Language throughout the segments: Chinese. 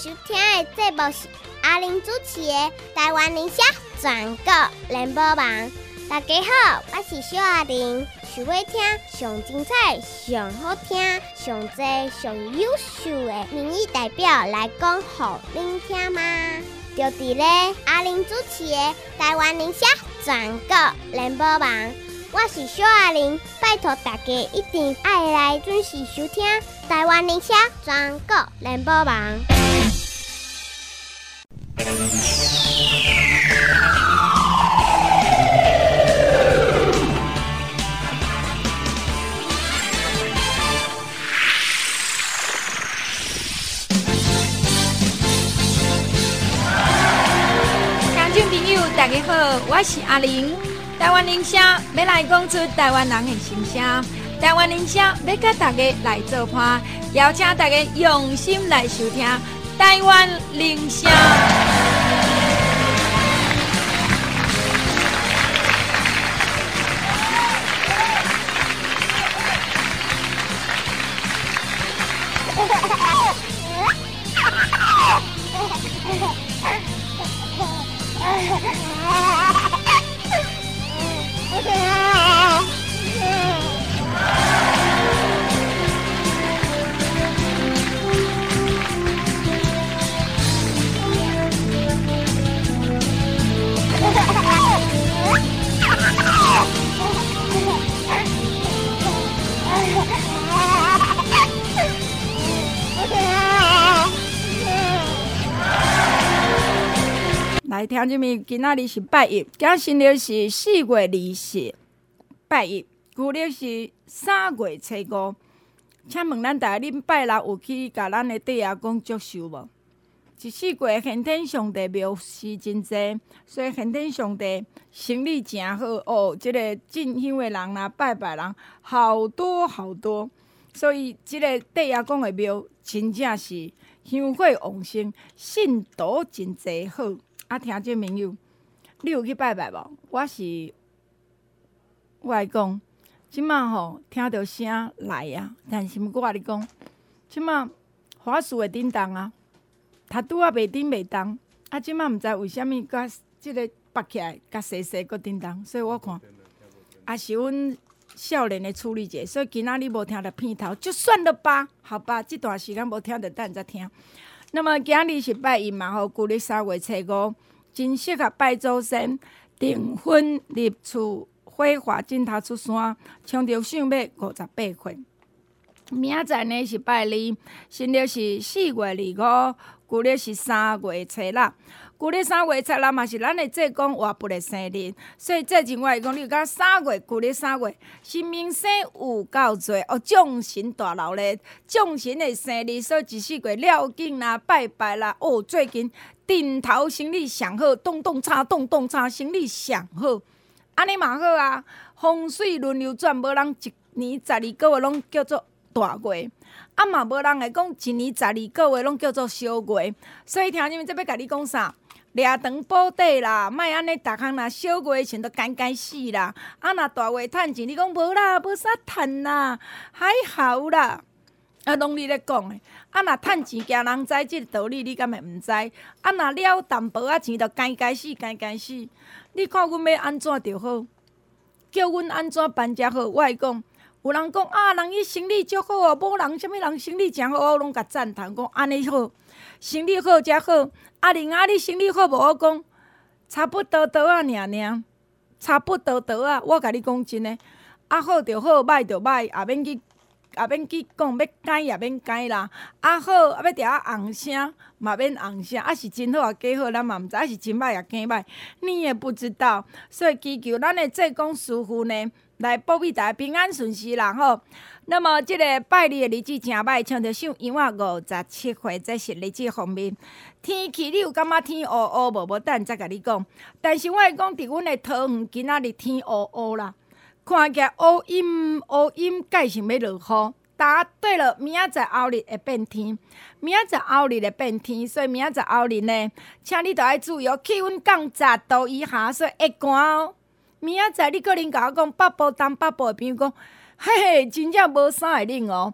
收听的节目是阿玲主持的《台湾人社全国联播网》。大家好，我是小阿玲。想要听上精彩、上好听、上多、上优秀的民意代表来讲给您听吗？就伫咧阿玲主持的《台湾人社全国联播网》。我是小阿玲，拜托大家一定要来准时收听台湾人社全国联播网。 听众朋友，大家好，我是阿玲。台湾人社要来讲出台湾人的心声，台湾人社要甲大家来做伴，邀请大家用心来收听台湾人社。来，听众们，今仔日是拜一，今日新历是4月20日，拜一，旧历是3月初5。请问咱大家，恁拜六有去甲咱的地阿公祝寿无？14月先天上帝庙事真济，所以先天上帝生理真好哦。这个进香的人啦，拜拜人好多好多，所以这个地阿公的庙真正是香火旺盛，信徒真济好。啊，听众朋友，你有去拜拜无？我来讲，即马吼听到声来啊，但是我跟你讲，即马花树会叮当啊，他拄啊袂叮袂当，啊，即马毋知为虾米甲即个拔起来，甲细细个叮当，所以我看也是阮少年的处理者，所以今仔日无听到片头，就算了吧，好吧，这段时间无听到，等下再听。那么今日是拜一嘛吼，旧历3月初5，真适合拜祖先、订婚、入厝、火化、进头出山，冲着上尾58岁。明仔载呢是拜2，新历是4月25，旧历是3月初6。旧历3月初6嘛是咱的济公活佛的生日，所以这前我来讲，你有甲3月，旧历3月，新明生有够多哦，众神大闹咧，众神的生日，所以14月了紧啦，拜拜啦，哦，最近顶头生理上好，动动差，生理上好，安尼嘛好啊，风水轮流转，无人一年12个月拢叫做大月。啊嘛，无人会讲一年12个月拢叫做小月，所以听你们这要甲你讲啥？掠长补底啦，莫安尼逐项啦，小月钱都干死啦。啊，若大月趁钱，你讲无啦，无啥趁啦，还好啦。啊，拢你咧讲诶。啊，若趁钱惊人知即个道理，你敢会毋知？啊，若了淡薄仔钱，就干死。你看阮要安怎着好？叫阮安怎办才好？我会讲。有人讲啊，人伊生理足好哦，某人啥物人生理真好，我拢甲赞叹讲安尼好，生理好才好。啊，另外你生理好无？我讲差不多啊，尔，差不多啊。我甲你讲真诶，啊好就好，歹就歹，也免去讲，要改也免改啦。啊好，啊要调红声嘛免红声，啊是真好啊假好，咱嘛毋知，啊是真歹啊假歹，你也不知道。所以祈求咱的济公师傅呢，来保庇大家平安顺遂啦吼。那么即个拜日的日子真歹，像着上1月57岁，这是日子方面。天气你有感觉天乌乌无？无等再甲你讲。但是我会讲，伫阮的桃园今仔日天乌乌啦，看起来乌阴，介想要落雨。答对了，明仔载后日会变天，明仔载后日会变天，所以明仔载后日呢，请你着爱注意哦，气温降10度以下，所以会寒哦。明仔载你可能甲我讲北部东北部的朋友讲，嘿嘿，真正无啥会冷哦。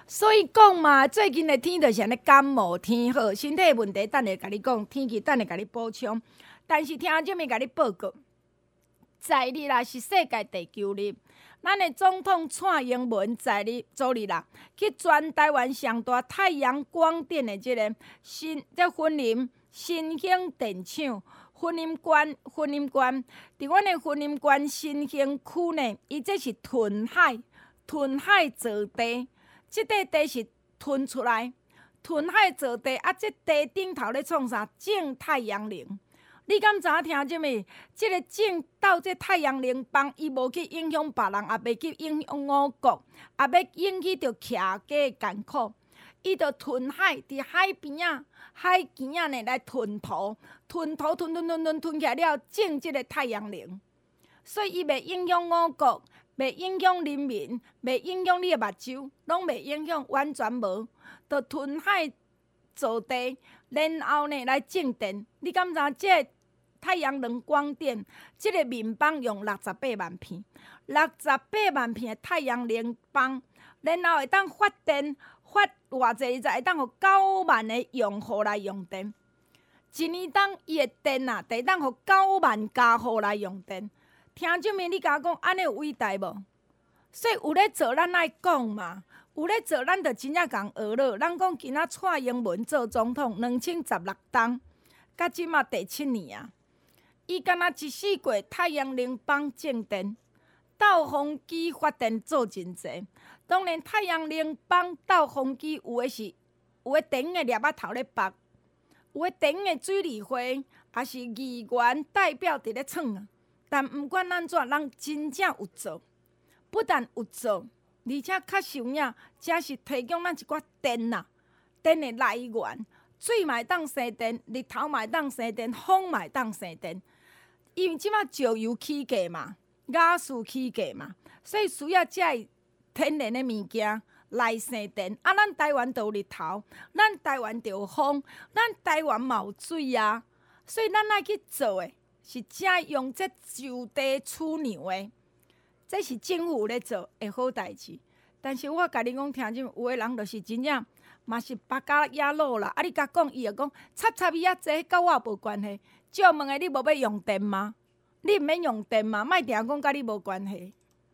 所以讲嘛，最近的天就是安尼感冒天好，身体问题等下甲你讲，天气等下甲你补充。但是听这么甲你报告，在日啦是世界地球日，咱的总统蔡英文在日昨日啦，去全台湾上大太阳光电的这个婚林新兴电厂。婚姻馆，伫阮的婚姻馆新兴区呢，伊这是屯海造地，即块地是屯出来，屯海造地啊，即地顶头咧创啥？种太阳能。你敢知影听即么？即个种到这太阳能帮，伊无去影响别人，也袂去影响我国，也要引起着徛家的艰苦。伊着屯海，伫海边仔、海墘仔呢来屯土起来了，种即个太阳能，所以伊袂影响我国，袂影响人民，袂影响你的目睭，拢袂影响，完全无。着屯海造地，然后呢来种电。你敢知即个太阳能光电，即个面板用68万片，68万片的太阳能板，然后会当发电。发偌济才会当互9万个用户来用电，一年当伊的电啊，会当互9万家户来用电。听这么你甲我讲，安尼有伟大无？所以有咧做，咱爱讲嘛。有咧做，咱着真正共学了。咱讲今仔蔡英文做总统2016冬，到即马第7年啊，伊敢若一四过太阳能板种电，斗风机发电做真济。当然，太阳能板斗风机有的电的粒仔头咧拔，有的电的水利会也是议员代表伫咧创啊。但毋管安怎，人真正有做，不但有做，而且较受影，真是提供咱一寡电啊，电的来源，水嘛会当生电，日头嘛会当生电，风嘛会当生电。因为即马石油起价嘛，雅士起价嘛，所以需要遮天然的物件来生电，啊，咱台湾就有日头，咱台湾就有风，咱台湾嘛有水啊，所以咱爱去做的是正用这就地取牛的，这是政府咧做的好代志。但是我甲你讲，听有的人就是真正嘛是巴家野佬啦，啊，你甲讲伊就讲插伊遐济，甲我也无关系。借问的，你无要用电吗？你毋免用电吗？莫定讲甲你无关系。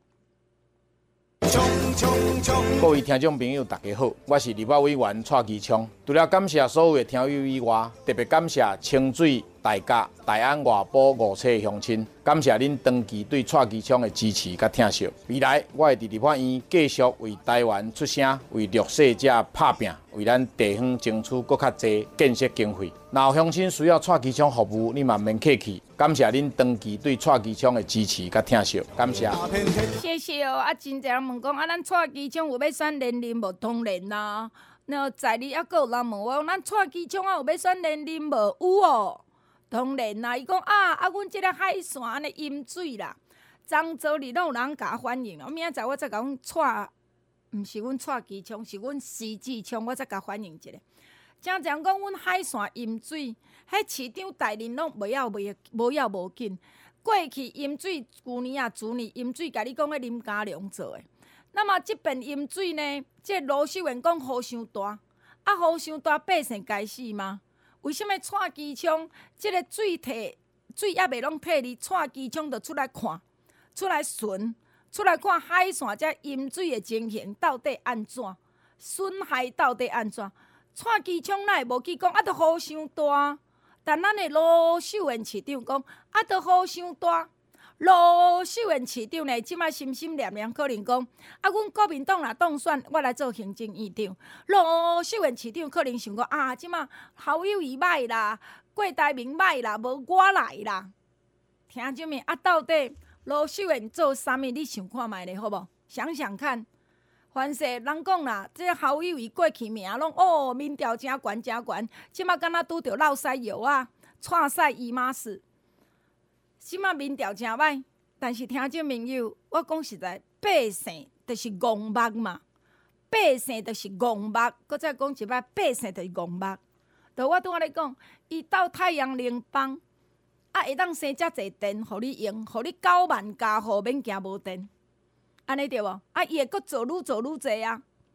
各位听众朋友，大家好，我是立法委员蔡其昌。除了感谢所有的听友以外，特别感谢清水、大甲、大安、外埔5处乡亲，感谢恁长期对蔡其昌的支持甲疼惜。未来我会伫立法院继续为台湾出声，为弱势者拍拼，为咱地方争取更较侪建设经费。若有乡亲需要蔡其昌服务，你嘛免客气。感谢恁长期对蔡其昌的支持甲疼惜，感谢。 谢谢哦。啊，真侪人问讲，啊，咱蔡其昌有要选连任无？当然啦。那在日还佫有人问我，咱蔡其昌有要选连任无？有哦。当然啦，伊讲阮即个海线安尼淹水啦，昨昨日拢有人甲我反映，明仔载我再甲阮蔡，毋是阮蔡其昌，是阮施志昌，我再甲反映一下。真正讲阮海线淹水，迄市长大人拢无要无紧。过去淹水，旧年淹水，甲你讲迄林佳龙做的。那么即边淹水呢？即罗秀元讲雨伤大，雨伤大，百姓该死吗？为什么蔡其昌即个水还袂拢退哩？蔡其昌就出来看，出来巡，出来看海线遮淹水的情形到底安怎？损害到底安怎？蔡其昌哪会无去讲？都雨伤大，但咱的罗秀元市长讲，都雨伤大。罗秀元市长呢，即摆心心念念，可能讲阮国民党若当选，我来做行政院长。罗秀元市长可能想讲即摆侯友宜歹啦，郭台铭歹啦，无我来啦。听什么？到底罗秀元做啥物？你想看觅咧，好无？想想看。凡是人讲啦，这侯友宜过去名拢民调真悬，即摆敢若拄着落屎药啊，串屎姨妈屎。即马民调真歹，但是听众朋友，我讲实在，百姓就是戆目嘛，百姓就是戆目，搁再讲一摆，百姓就是戆目。就我拄仔咧讲，伊斗太阳能板，会当生遮济电，互你用，互你9万家户免惊无电，安尼对无？伊会搁做愈济啊。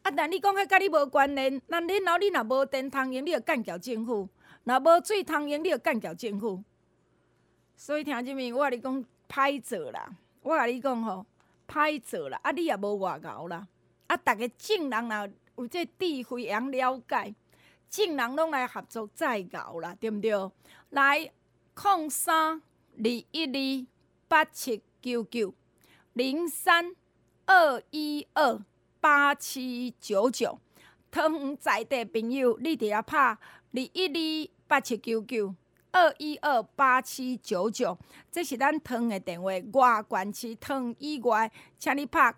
但你讲迄甲你无关联，咱恁老你若无电通用，你就干交政府；若无水通用，你就干交政府。所以听即面，我甲你讲歹做啦，我甲你讲吼，歹做啦，你也无外交啦。逐个正人若有这智慧会了解，正人拢来合作再搞啦，对毋对？来03-212-8799，03-212-8799。桃园在地朋友，你伫遐拍212-8799，212-8799，这是咱桃园的电话。外县市桃园以外，请你拍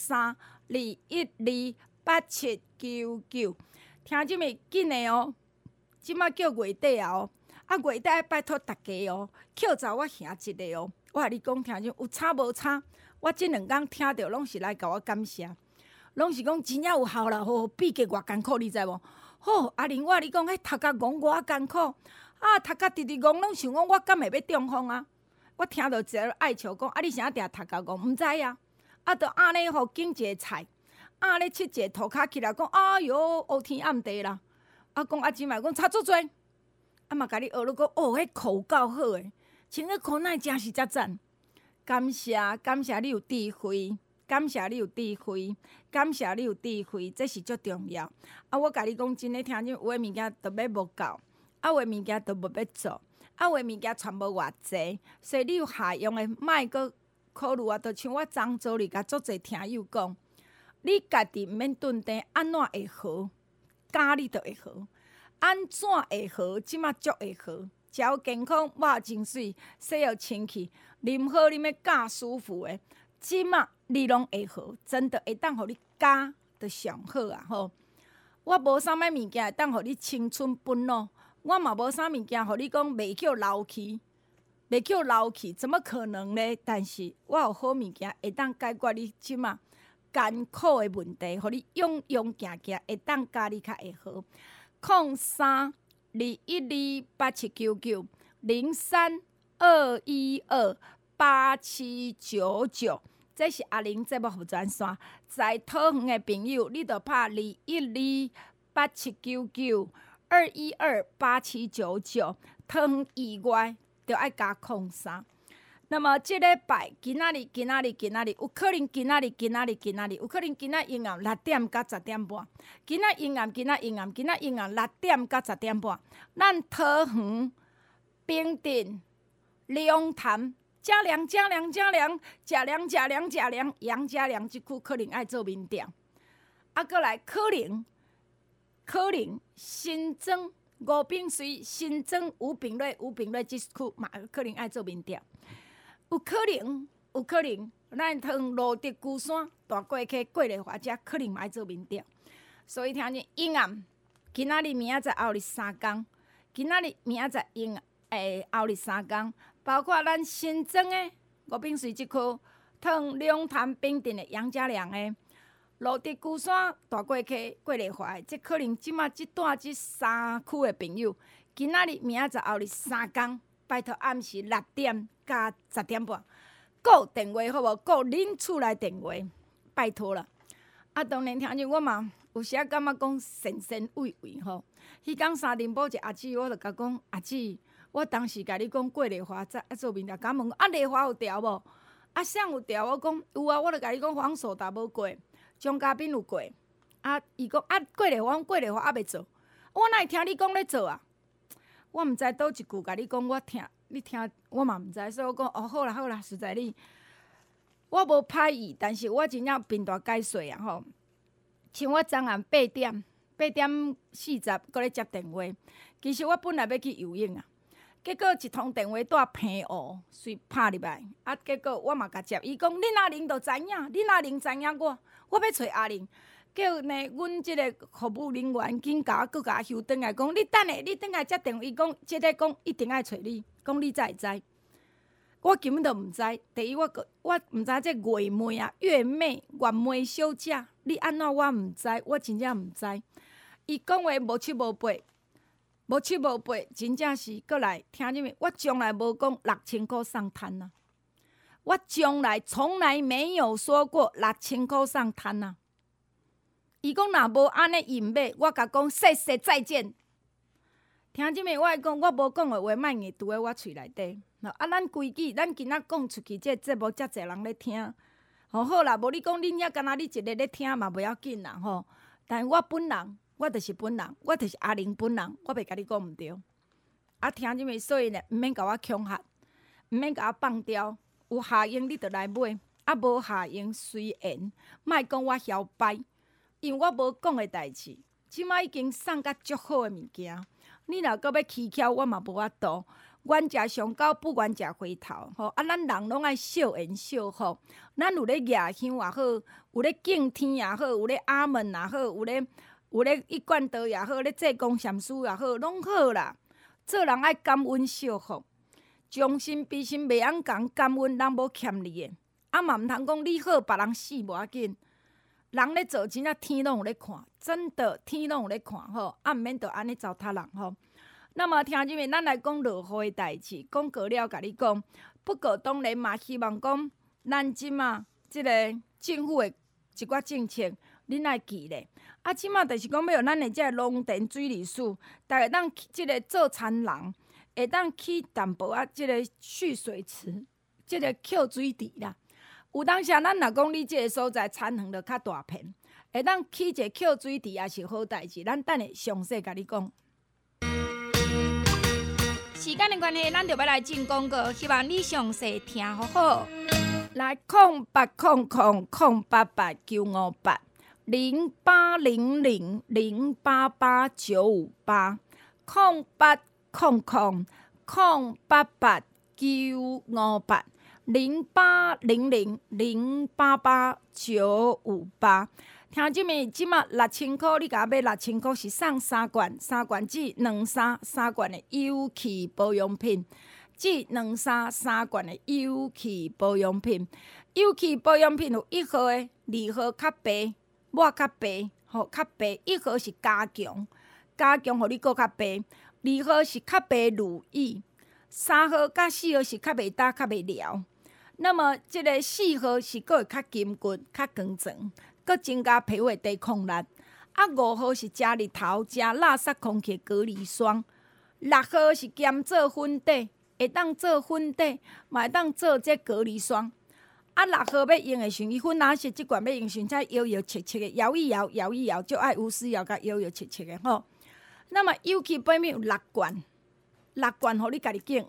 03-212-8799。听即面紧的哦，即马叫月底啊哦，月底拜托大家哦，扣走我兄一个哦。我甲你讲，听有差无差？我即2天听到拢是来甲我感谢，拢是讲真正有效啦，吼，比计偌艰苦，你知无？吼，阿玲，我甲你讲，迄头壳戆偌艰苦，头壳直直戆，拢想讲我敢会要中风啊？我听到一个爱笑讲，你啥定头壳戆？毋知啊，就安尼吼，拣一个菜。咧切一个涂骹起来，讲哎哟，乌天暗地啦！讲即摆讲差足侪，嘛甲你学了讲，迄裤够好诶，穿迄裤乃真是遮赞。感谢你有智慧，感谢你有智慧，感谢你有智慧，这是足重要。我甲你讲真诶，听有诶物件都要无够，有诶物件都无要做，有诶物件全无偌济，所以你有下用诶，莫阁考虑啊！就像我昨昨日甲足侪听友讲。你家己毋免顿定，安怎会好？教你就会好。安怎会好？即马足会好。食有健康，肉真水，洗有清气，啉好啉的教舒服的，即马你拢会好，真的会当互你教就上好啊！吼，我无啥物物件会当互你青春奔老，我嘛无啥物件互你讲袂叫老去，袂叫老去，怎么可能呢？但是我有好物件会当解决你即马艰苦的问题，互你勇勇行行，会当教你较会好。03-212-8799，03-212-8799，这是阿玲节目服专线。在桃园的朋友，你就拍212-8799，212-8799。桃园以外，就爱加03。那么即礼拜今仔日有可能今仔日有可能今仔阴暗6点到10点半，今仔阴暗6点到10点半，咱桃园、平镇、龙潭、嘉良、杨嘉良即区可能爱做面店，过来可能新庄、五丙水、新庄、吴炳瑞即区嘛可能爱做面店。有可能，咱桃园罗德居山、大过溪、过丽华遮可能嘛爱做面店，所以听见阴暗，今仔日明仔载后日3天，后日3天，包括咱新庄的五丙水即区、桃园龙潭平镇的杨家良的、罗德居山、大过溪、过丽华的，即可能即马即段即3区的朋友，今仔日明仔载后日3天，拜托暗时6点。加10点半，有电话好无？有恁厝内电话，拜托了。当然听见我嘛，有时感觉讲神畏畏吼。迄天三林堡一阿姊，我就甲讲阿姊，我当时甲你讲过丽华在做面条，甲问丽华有调无？啥有调？我讲有啊，我就甲你讲黄守达无过，张家彬有过。伊讲过丽华还袂做，我哪会听你讲咧做啊？我毋知倒一句甲你讲，你听，我嘛毋知，所以我讲好啦，实在你，我无歹意，但是我真正频大解说啊吼。像我昨暗8点40，搁咧接电话，其实我本来要去游泳啊，结果一通电话带平乌，随拍入来，结果我嘛甲接，伊讲恁阿玲就知影，我要找阿玲。叫呢，阮即个服务人员紧甲我甲休转来，讲你等下，你转来接电话。伊讲即个讲一定爱找你，讲你知会知？我根本就毋知。第一，我毋知这月妹啊，月妹小姐，你安怎我毋知？我真正毋知。伊讲话无七无八，真正是过来听入面。我从来无讲6000块上摊啊，我从来没有说过6000块上摊啊。 伊讲若无安尼应买，我甲讲谢谢再见。听即个我讲，我无讲的话，莫硬拄在我喙内底。啊，咱规矩，咱今仔讲出去，这节目遮侪人咧听。好啦，无你讲恁遐敢若你一个咧听嘛，袂要紧啦吼。但我本人，我就是本人，我就是阿玲本人，我袂甲你讲毋对。啊，听即个，所以呢，毋免甲我恐吓，毋免甲我放刁。有下用你着来买，啊无下用随缘，莫讲我嚣摆，因为我无讲的代志，即摆已经送甲足好的物件。你若搁要蹊跷，我嘛无法度。冤家上高，不冤家回头。吼，啊，咱人拢爱惜缘惜福。咱有咧举香也好，有咧敬天也好，有咧阿门也好，有咧一贯道也好，咧做公禅师也好，拢好啦。做人爱感恩惜福，将心比心，袂晓讲感恩人无欠你的。啊嘛毋通讲你好，别人死无要紧。人咧做真正天拢有咧看，真的天拢有咧看吼。啊，毋免着安尼糟蹋人吼。那么听即面，咱来讲落雨的代志，讲过了，甲你讲。不过当然嘛，希望讲咱即马即个政府的一寡政策，恁爱记咧。啊，即马就是讲要有咱的即个农田水利署，逐个当即个做田人，会当起淡薄仔即个蓄水池，即个扣水池啦。有当时咱若讲你即个所在田园着较大片，会当起一个扣水池也是好代志。咱等下详细甲你讲。时间的关系，咱就要来进广告，希望你详细听好好。来0800088958，0800088958，0800088958。听即面，即马6000块，你甲我买6000块是送3罐，3罐至2、3罐的有气保养品，至2、3罐的有气保养品。有气保养品有1号的、2号较白，抹较白，吼较白。1号是加强，互你搁较白。2号是较白如意，3号甲4号是较袂焦、较袂撩。那么即个4号是搁会较筋骨、较光泽。搁增加皮肤的抵抗力，啊5号是食日头、食垃圾空气隔离霜，6号是兼做粉底，会当做粉底，嘛会当做这隔离霜。啊6号要用的时，伊粉哪是即罐要用时，才摇摇切切的，摇一摇，摇一摇，就爱无私摇甲摇摇切切的吼。那么有气保养有6罐，6罐互你家己拣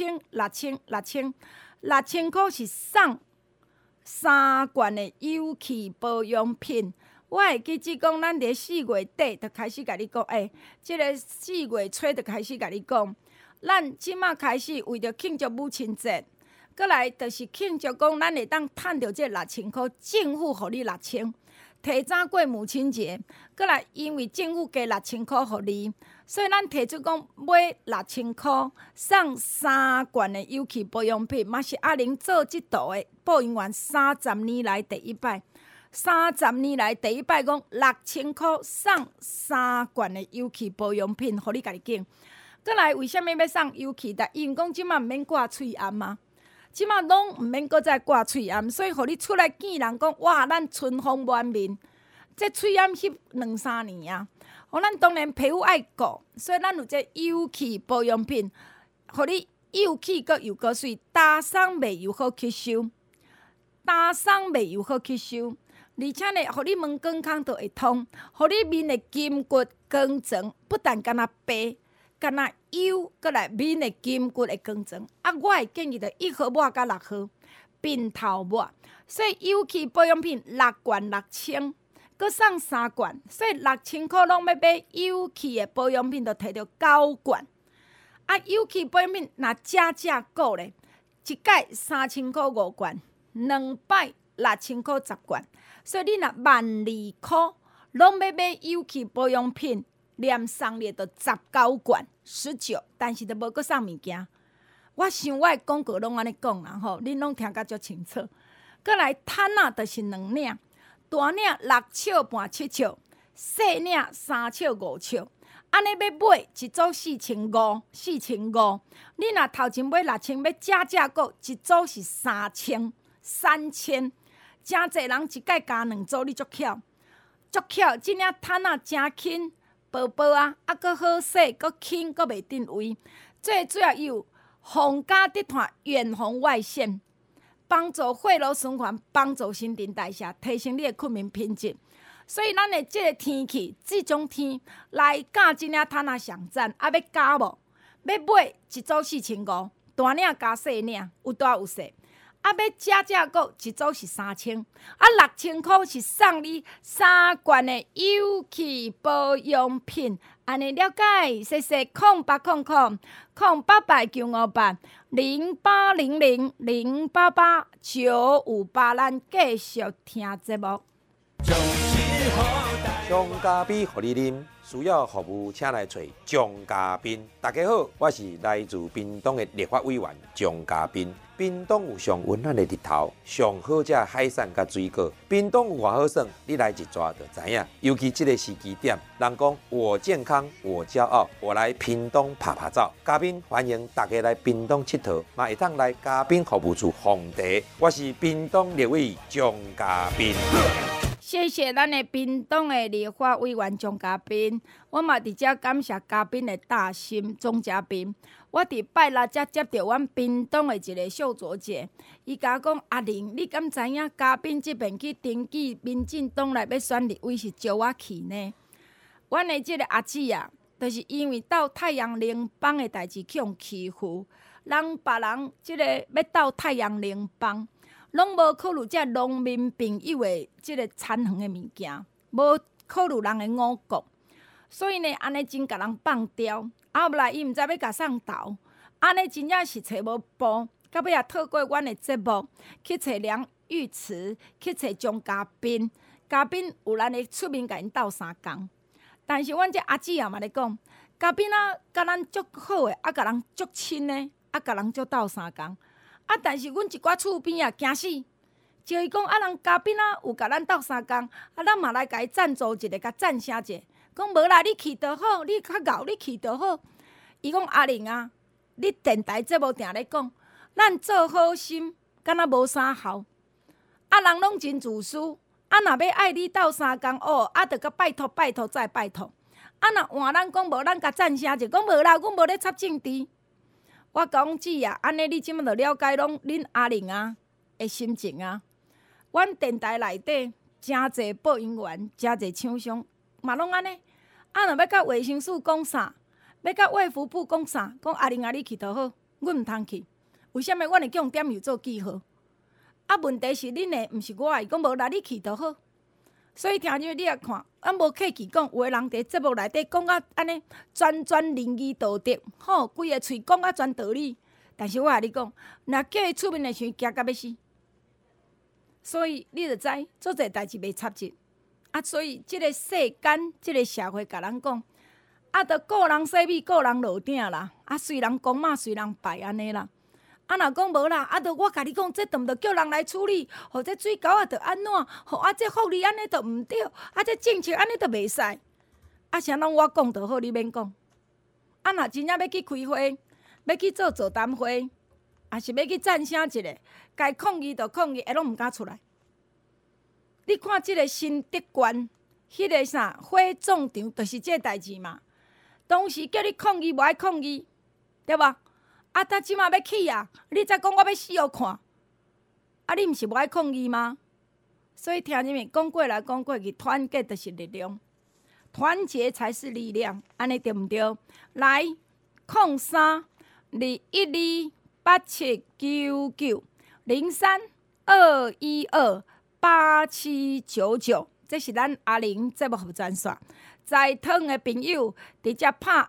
，6000块是送3罐的有气保养品。我会记只讲，咱伫4月底就开始甲你讲，即个4月初就开始甲你讲，咱即马开始为着庆祝母亲节，过来就是庆祝讲，咱会当趁着这6000块，政府互你6000，提早过母亲节，过来因为政府加6000块互你，所以咱提出讲买6000块送3罐的有气保养品，嘛是阿玲做即道的播音员30年来第一摆，30年来第一摆讲6000块送3罐的有气保养品，互你家己拣。过来为什么要送有气？但因讲即马毋免挂喙暗嘛，即马拢毋免搁再挂喙暗，所以互你出来见人讲，哇，咱春风满面。这喙暗翕2-3年啊，咱当然皮肤爱顾，所以咱有这有气保养品，互你又气阁又阁水，打霜袂又好吸收，而且呢，互你毛孔孔都会通，互你面的筋骨光泽，不但敢若白，敢若油，搁来面的筋骨会光泽。啊，我会建议的1号抹甲6号并头抹，所以有气保养品6罐6000。搁送3罐，所以6000块拢要买有气的保养品，就摕到9罐。啊，有气保养品若正够咧，一届3000块5罐，2摆6000块10罐。所以你若12000块拢要买有气保养品，连送咧就19罐19，但是都无搁送物件。我想我的广告拢安尼讲啦吼，恁拢听甲足清楚。搁来摊啊，就是2领。大领6尺半7尺，细领3尺5尺，安尼要买一组4500，4500。你若头前买6000，要正购一组是3000，真侪人一届加2组，你足巧。 足巧，即领摊仔真轻，薄薄啊，佫好洗，佫轻，佫袂震位。最后有防假滴团远红外线，帮助血流循环，帮助新陈代谢，提升你的睡眠品质。所以咱的即个天气，即种天来教即领摊仔上赞。要加无？要买一组4500，大领加细领，有大有细。要加购一组是3000，啊6000块是送你3罐的有气保养品。安尼了解？谢谢0800-08000-0888-958，咱继续听节目。 张嘉宾互你啉，需要服务请来找张嘉宾。大家好，我是来自屏东的立法委员张嘉宾。屏东有上温暖的日头，上好食海产甲水果。屏东有偌好耍，你来一抓就知影。尤其这个时机点，人讲我健康我骄傲，我来屏东拍拍照。嘉宾欢迎大家来屏东佚佗，嘛会当来嘉宾服务处奉茶。我是屏东立委张嘉宾。 谢谢咱的屏东的立法委员张嘉宾，我嘛伫遮感谢嘉宾的大心钟嘉宾。我伫拜六才接到阮屏东的一个秀卓姐，伊甲我讲：阿玲，你敢知影嘉宾即边去登记民进党内要选立委是招我去呢？阮的即个阿姊啊，就是因为斗太阳能帮的代志去互欺负，别人即个要斗太阳能帮。拢无考虑遮农民朋友的即个产园的物件，无考虑人的五谷，所以呢，安尼真甲人放刁。后来伊毋知要甲送豆，安尼真正是找无步。到尾也透过阮的节目去找梁玉慈，去找张嘉宾。嘉宾有咱的出面甲因斗相共，但是阮这阿姊也嘛咧讲，嘉宾啊，甲咱足好的，啊，甲人足亲的，啊，甲人足斗相共。啊！但是阮一寡厝边啊，惊死，就伊讲啊，人嘉宾啊有甲咱斗相共，啊，咱嘛来甲伊赞助一个，甲赞声者，讲无啦，你去就好，你较敖，你去就好。伊讲阿玲啊，你电台节目定咧讲，咱做好心，敢若无啥效。啊，人拢真自私，啊，若要爱你斗相共哦，啊，着甲拜托拜托再拜托。啊，若换咱讲无，咱甲赞声者，讲无啦，阮无咧插政治。我讲姊啊，安尼你即满就了解拢恁阿玲啊的心情啊。阮电台内底真侪播音员，真侪厂商嘛拢安尼。啊，若要甲卫生署讲啥，要甲卫福部讲啥，讲阿玲啊，你去就好，阮毋通去。为什么阮会叫用点油做记号？啊，问题是恁的，毋是我的。伊讲无啦，你去就好。所以听着你也看，咱无客气讲，有的人伫节目内底讲啊安尼，专仁义道德，吼，规个喙讲啊全道理。但是我甲你讲，若叫伊出面的时阵，惊到要死。所以你着知，做侪代志袂插进。啊，所以即个世间，即个社会，甲人讲，啊，着个人洗米，个人落鼎啦。啊，随人讲嘛，随人败安尼啦。啊，若讲无啦，啊，着我甲你讲，这着叫人来处理，或者水沟啊，着安怎？吼，啊，这福利安尼着毋对，啊，这政策安尼着袂使。啊，啥拢我讲着好，你免讲。啊，若真正要去开会，要去做座谈会，啊，是要去赞声一个，该抗议着抗议，会拢毋敢出来。你看即个新德县，迄个啥火葬场，就是这代志嘛。当时叫你抗议，无爱抗议，对无？啊！他即马要去啊！你才讲我要死互看，啊！你毋是无爱抗议吗？所以听你们讲过来讲过去，团结就是力量，团结才是力量，安尼对毋对？来03-21879903-212-8799，这是咱阿玲节目服务专线。在汤的朋友，直接拍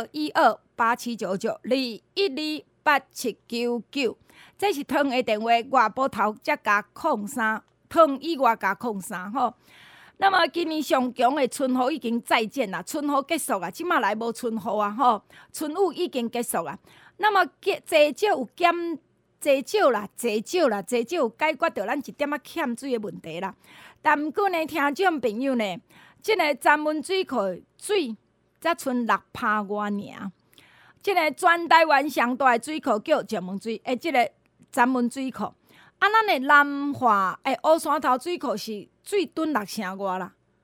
212-8799，212-8799，这是汤的电话，外拨头才加03，汤以外加03吼。那么今年上强的春雨已经再见啦，春雨结束啊，即马来无春雨啊吼，春雨已经结束啊。那么济少有减，济少有解决着咱一点仔欠水的问题啦。但毋过呢，听众朋友呢。即个闸门水库水才剩6%外尔，即个全台湾上大的水库叫石门水，即个闸门水库。啊，咱的南华乌山头水库是水吨6成外啦。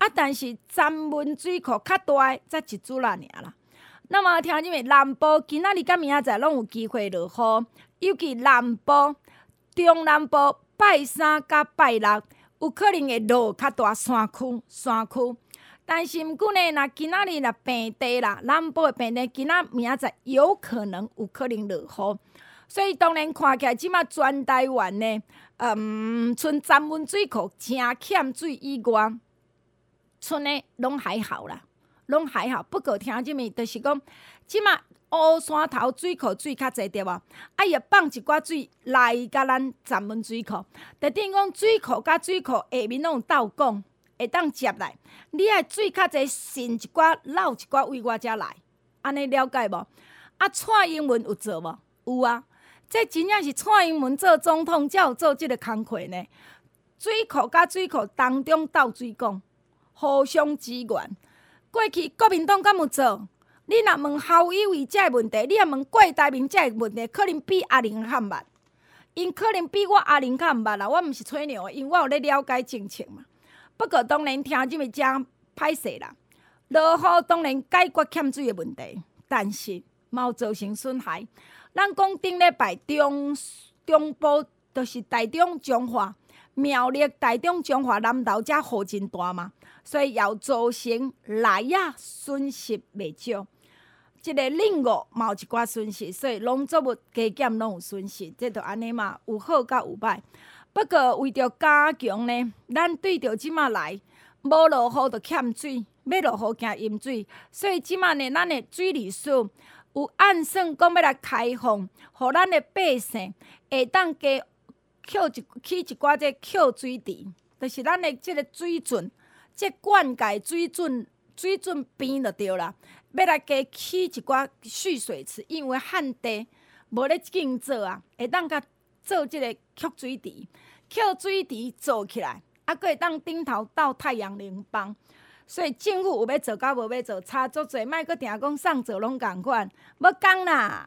但是詹文水库较大的才1组啦尔啦。那么听姊妹，南部今仔日甲明仔载拢有机会落雨，尤其南部、中南部拜三甲拜六有可能会落较大山区。但是毋过呢，若今仔日若平地啦，南部的平地今仔明仔载有可能落雨，所以当然看起来即马全台湾呢，剩詹文水库真欠水以外，剩的拢还好啦。拢还好，不过听即面就是讲，即马乌山头水库水较济对无？伊会放一寡水来甲咱詹文水库，就等于讲水库甲水库下面拢有斗拱，会当接来。你爱水较济，渗一寡漏一寡位我遮来，安尼了解无？蔡英文有做无？有啊，这真正是蔡英文做总统才有做即个工课呢。水库甲水库当中斗水管，互相支援。过去国民党敢有做？你若问侯友宜这个问题，你若问郭台铭这个问题，可能比阿玲较捌。因可能比我阿玲较捌啦，我毋是吹牛的，因为我有咧了解政情嘛。不过当然听即个讲歹势啦，落雨当然解决欠水的问题，但是嘛有造成损害。咱讲顶礼拜中部就是台中、彰化、苗栗、台中、彰化、南投遮雨真大嘛。所以要造成内野损失袂少，即个领域嘛有一寡损失，所以农作物加减拢有损失，这就安尼嘛，有好甲有歹。不过为着加强呢，咱对着即马来无落雨就欠水，要落雨惊淹水，所以即马呢，咱的水利署有按算讲要来开放，互咱的百姓会当加起一寡这扣水池，就是咱的即个水准。这灌溉水准边就对啦，要来加起一寡蓄水池，因为旱地无咧竞做啊，会当甲做即个蓄水池，蓄水池做起来，还会当顶头倒太阳能板。所以政府有要做甲无要做，差足侪，莫阁定讲送做拢共款，要讲啦。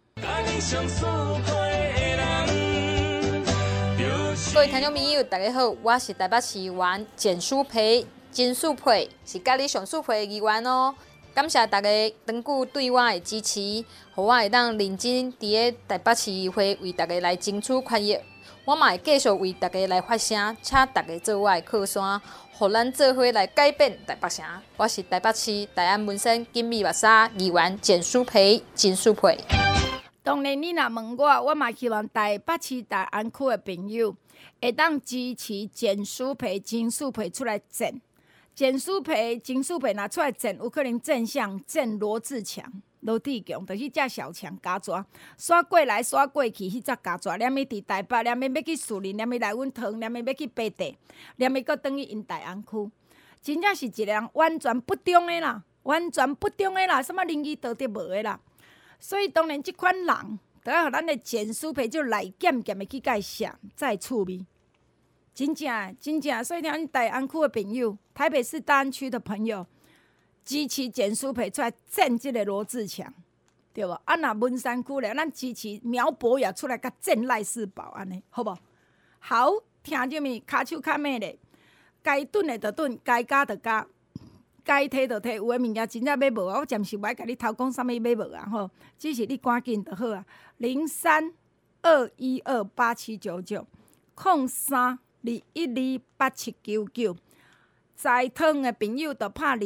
各位听众朋友，大家好，我是台北市议员简淑培，真淑培是家里上淑培的议员哦。感谢大家长久对我的支持，互我会当认真伫个台北市议会为大家来争取权益。我嘛会继续为大家来发声，请大家做我的靠山，互咱做伙来改变台北城。我是台北市大安民生金密目沙议员简淑培，真淑培。 当然，你若问我嘛希望台北市大安区的朋友会当支持简淑培、金淑培出来战。简淑培、金淑培若出来战，有可能正向战罗志强、罗志强，就是遮小强加蛇，刷过来刷过去，迄只加蛇，连伊伫台北，连伊要去树林，连伊来阮塘，连伊要去北地，连伊搁转去因大安区，真正是一个人完全不中的啦，完全不中的啦，什么仁义道德无的啦。所以当然，即款人都要互咱的简淑培就来检的去甲伊写，再趣味。真正，所以听咱大安区的朋友、台北市大安区的朋友，支持简淑培出来战即个罗志强，对无？若文山区咧，咱支持苗博雅出来甲战赖世宝，安尼好无？好，听就咪骹手骹尾咧，该炖的就炖，该加就加。该摕就摕，有诶物件真正要无啊！我暂时无爱甲你偷讲啥物要无啊吼，只是你赶紧就好啊。03-212-8799，03-212-8799，在汤诶朋友就拍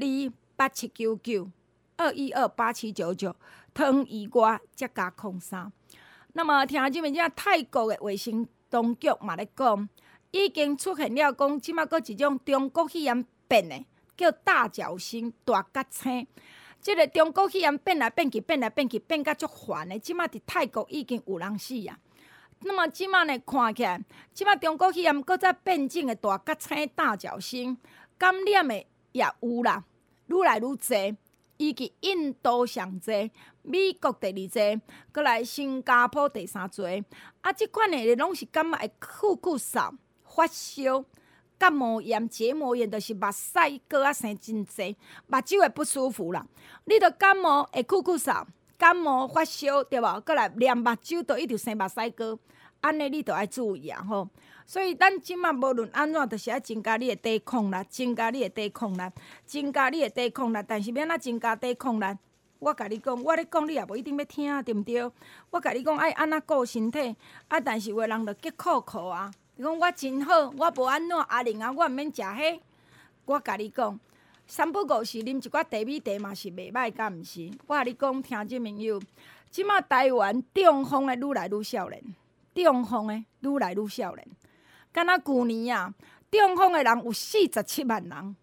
212-8799，212-8799，汤以外则加03。那么听即物件泰国诶卫生当局嘛咧讲，已经出现了讲，即马佫一种中国肺炎变诶。叫大脚星、大角青，即个中国肺炎变来变去，变甲足烦的。即马伫泰国已经有人死啊。那么即马呢，看起来，即马中国肺炎搁再变种的大角青、大脚星，感染的也有啦，愈来愈侪。以及印度上侪，美国第二侪，搁来新加坡第三侪。即款的拢是感觉会酷嗽、发烧。感冒炎、结膜炎，就是目屎过生真侪，目睭会不舒服啦。你着感冒会酷嗽、感冒发烧，对无？过来连目睭都一直生目屎过，安尼你着爱注意啊吼。 所以咱即马无论安怎，就是爱增加你的抵抗力，增加你的抵抗力，增加你的抵抗力。但是要怎增加抵抗力？我甲你讲，我咧讲你也无一定要听，对毋对？我甲你讲爱安怎顾身体，但是有的人就急苦苦啊。你讲我真好，我无安怎，阿玲啊，我毋免食迄。我甲你讲，三不五时啉一寡茶米茶嘛是袂歹，敢毋是？我甲你讲，听众朋友，即马台湾中风的愈来愈少年，中风的愈来愈少年。敢若旧年啊，中风的人有47万人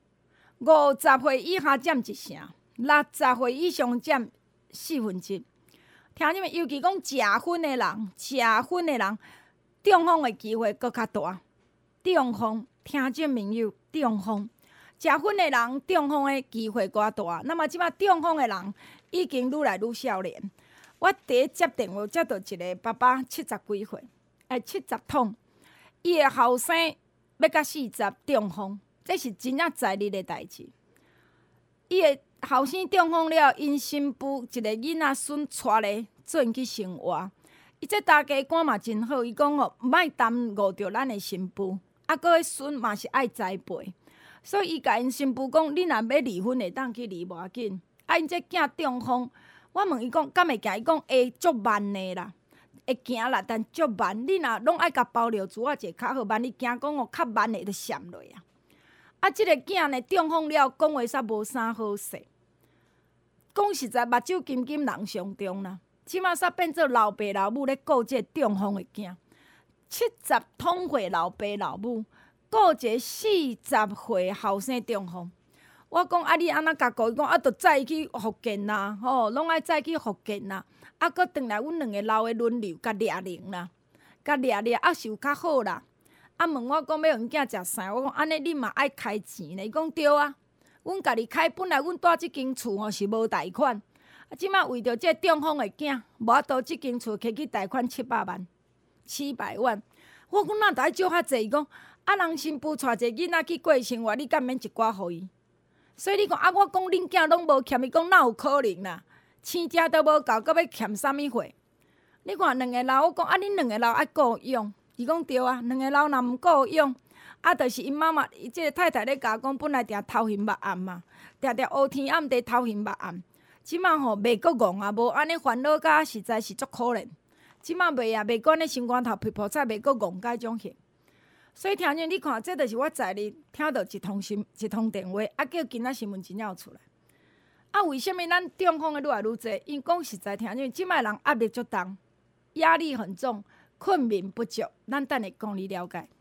，50岁以下占1成，60岁以上占1/4。听你们，尤其讲食薰的人，中风的机会搁较大。中风，听众朋友，中风，食薰的人，中风的机会搁较大。那么即摆中风的人已经愈来愈少年。我第一接电话接到一个爸爸，70几岁，70通。伊的后生要到40中风，这是真正在日的代志。伊的后生中风了，因新妇一个囡仔孙带咧做因去生活。伊这大家官嘛真好，伊讲哦，毋莫耽误着咱的新妇，搁迄孙嘛是爱栽培。所以伊甲因新妇讲，你若要离婚会当去离无要紧。因这囝中风，我问伊讲，敢会行？伊讲会足慢的啦。会行啦，但足慢。你若拢爱甲包尿珠一个较好，万一惊讲哦较慢的就闪落啊！即个囝呢中风了，讲话煞无啥好势。讲实在，目睭金金人上中啦。即马煞变做老爸老母咧顾这中风的囝，70通岁老爸老母顾一个40岁后生中风。我讲你安怎甲顾伊讲着载伊去福建啦，拢爱载去福建啦。搁转来，阮两个老的轮流甲掠零啦，甲掠是有较好啦。问我讲要阮囝食啥，我讲安尼你嘛爱开钱咧。伊讲对啊，阮家己开，本来阮住即间厝是无贷款，即摆为着这中风的囝，无法度即间厝摕去贷款700万，700万。我讲哪爱少较济？伊讲人新妇带一个囡仔去过生活，你敢免一寡互伊？所以你讲我讲恁囝拢无欠，伊讲哪有可能啦？生食都无够，搁要欠啥物货？你看两个老，我讲恁两个老爱顾养，伊讲对啊，两个老若毋顾养，就是因妈妈，伊即个太太咧甲我讲，本来定头晕目暗嘛，定乌天暗地头晕目暗，即马吼袂阁戆啊，无安尼烦恼甲实在是足可怜。即马袂啊，袂管咧心肝头皮菩萨袂阁戆甲迄种型。所以听见你看，这就是我在日听到一通电话，叫今仔新闻真了出来。为什么咱中风的愈来愈侪？因讲实在听见，即摆人压力足重，压力很重，困眠不足。咱等下讲你了解。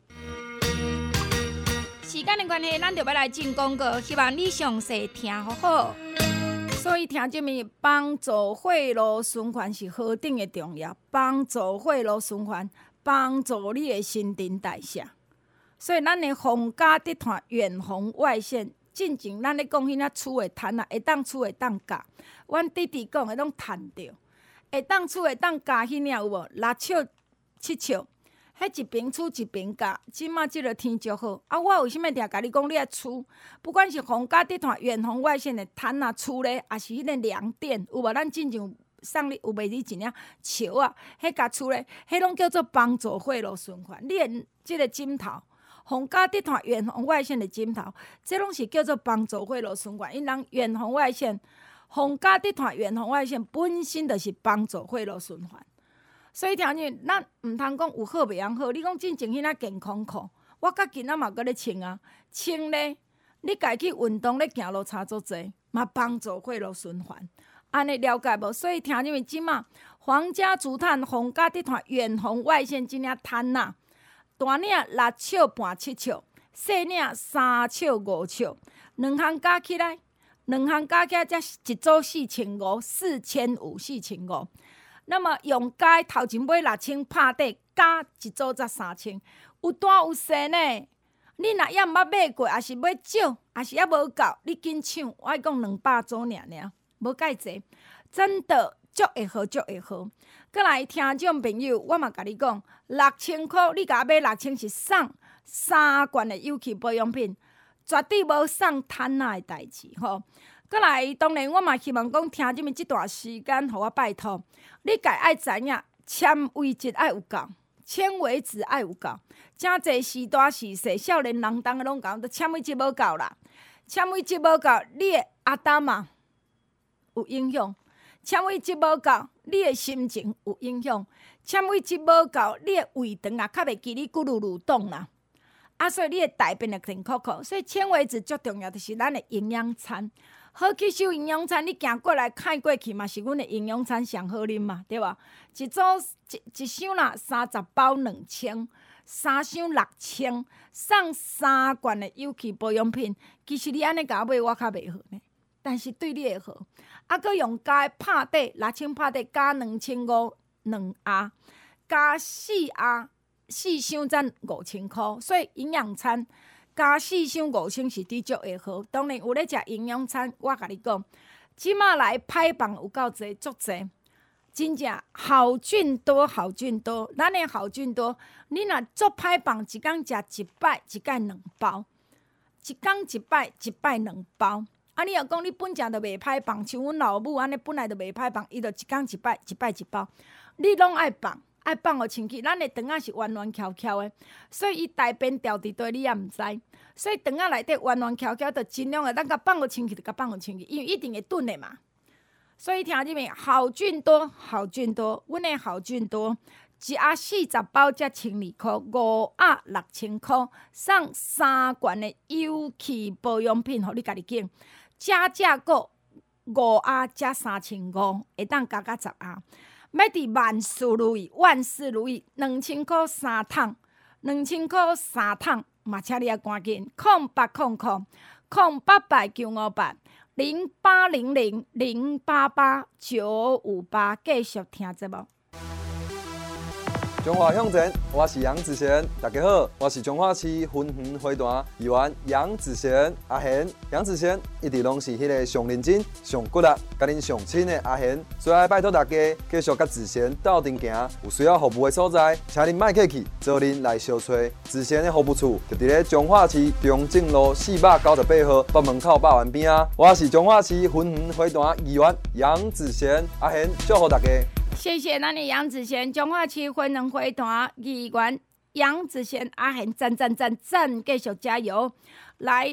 时间的关系，咱就要来进广告，希望你详细听好好。所以听这面帮助血路循环是何等的重要，帮助血路循环，帮助你的新陈代谢。所以咱的皇家集团远红外线。进前咱咧讲迄仔厝的摊啊，会当厝会当夹。阮弟弟讲的拢趁着，会当厝会当夹迄领有无？6尺7尺，迄一边厝一边夹。即马即个天足好，我为什么定甲你讲你的厝？不管是皇家集团远红外线的摊啊，厝咧，也是迄个凉垫，有无？咱进前送你有卖你一领树啊，迄夹厝咧，迄拢叫做帮助血路循环。你的即个枕头。皇家集团远红外线的枕头，这拢是叫做帮助血路循环。因人远红外线，皇家集团远红外线本身就是帮助血路循环。所以听见咱毋通讲有好袂样好。你讲进前迄仔健康裤，我甲囡仔嘛搁咧穿啊，穿咧，你家去运动咧行路差足济，嘛帮助血路循环。安尼了解无？所以听见即马皇家竹炭皇家集团远红外线即领摊啊。大领6尺半7尺，细领3尺5尺，两项加起来才一组4500，4500。那么用加头前买6000拍底，加一组才3000，有大有细呢。你若也毋捌买过，也是买少，也是还无够，你紧抢！我讲200组尔，无介济，真的足会好，足会好。过来听众朋友，我嘛甲你讲，6000块，你甲我买6000是送3罐的有机保养品，绝对无送摊仔的代志吼。过来，当然我嘛希望讲，听这段时间，互我拜托，你家爱知影纤维质爱有够， 纤维质爱有够，真侪时大时细少年人当拢讲，都纤维质无够啦。纤维质无够，你的阿胆啊有影响；纤维质无够，你的心情有影响；纤维质无够，你的胃肠啊较袂记哩咕噜蠕动啦。所以你的大便会甜苦苦。所以纤维质最重要就是咱的营养餐。好吸收营养餐，你行过来看过去嘛，是阮的营养餐上好啉嘛，对吧？一组一箱啦，30包2000，3箱6000，送3罐的有机保养品。其实你安尼甲我买，我较袂好呢，但是对你会好。佮用加拍底6000拍底加2500 2盒，加4盒4箱才5000块，所以营养餐。加4箱5000是的确会好，当然有咧食营养餐。我甲你讲，即马来歹房有够济，足济，真正好菌多，好菌多。咱的好菌多，你若做歹房，一工食1摆，一摆2包，一工1摆，一摆2包。你若讲你本正就袂歹房，像阮老母安尼本来就袂歹房，伊就一工1摆，一摆1包，你拢爱放。爱放互清气，咱的肠仔是弯弯翘翘的，所以伊大便掉伫底，你也毋知。所以肠仔内底弯弯翘翘，就尽量的咱甲放互清气，就甲放互清气，因为一定会炖的嘛。所以听入面好菌多，好菌多，阮的好菌多，一盒40包才1200块，5盒6000块，送3罐的有机保养品，互你家己拣。加价购5盒才3500，会当加到10盒。要伫万事如意，万事如意，2000块3桶，2000块3桶，嘛请你啊赶紧0800-0800-0800-088-958，继续听节目。 中华向前，我是杨子贤，大家好，我是彰化市分园花坛议员杨子贤阿贤。杨子贤一直拢是迄个上认真、上骨力、甲恁上亲的阿贤，所以要拜托大家继续甲子贤斗阵行，有需要服务的所在，请恁莫客气，找恁来相找。子贤的服务处就伫咧彰化市中正路498号北门口百万边啊。我是彰化市分园花坛议员杨子贤阿贤，祝福大家。 谢谢咱的杨子贤，彰化市分园花坛议员杨子贤阿贤，赞赞赞赞，继续加油！来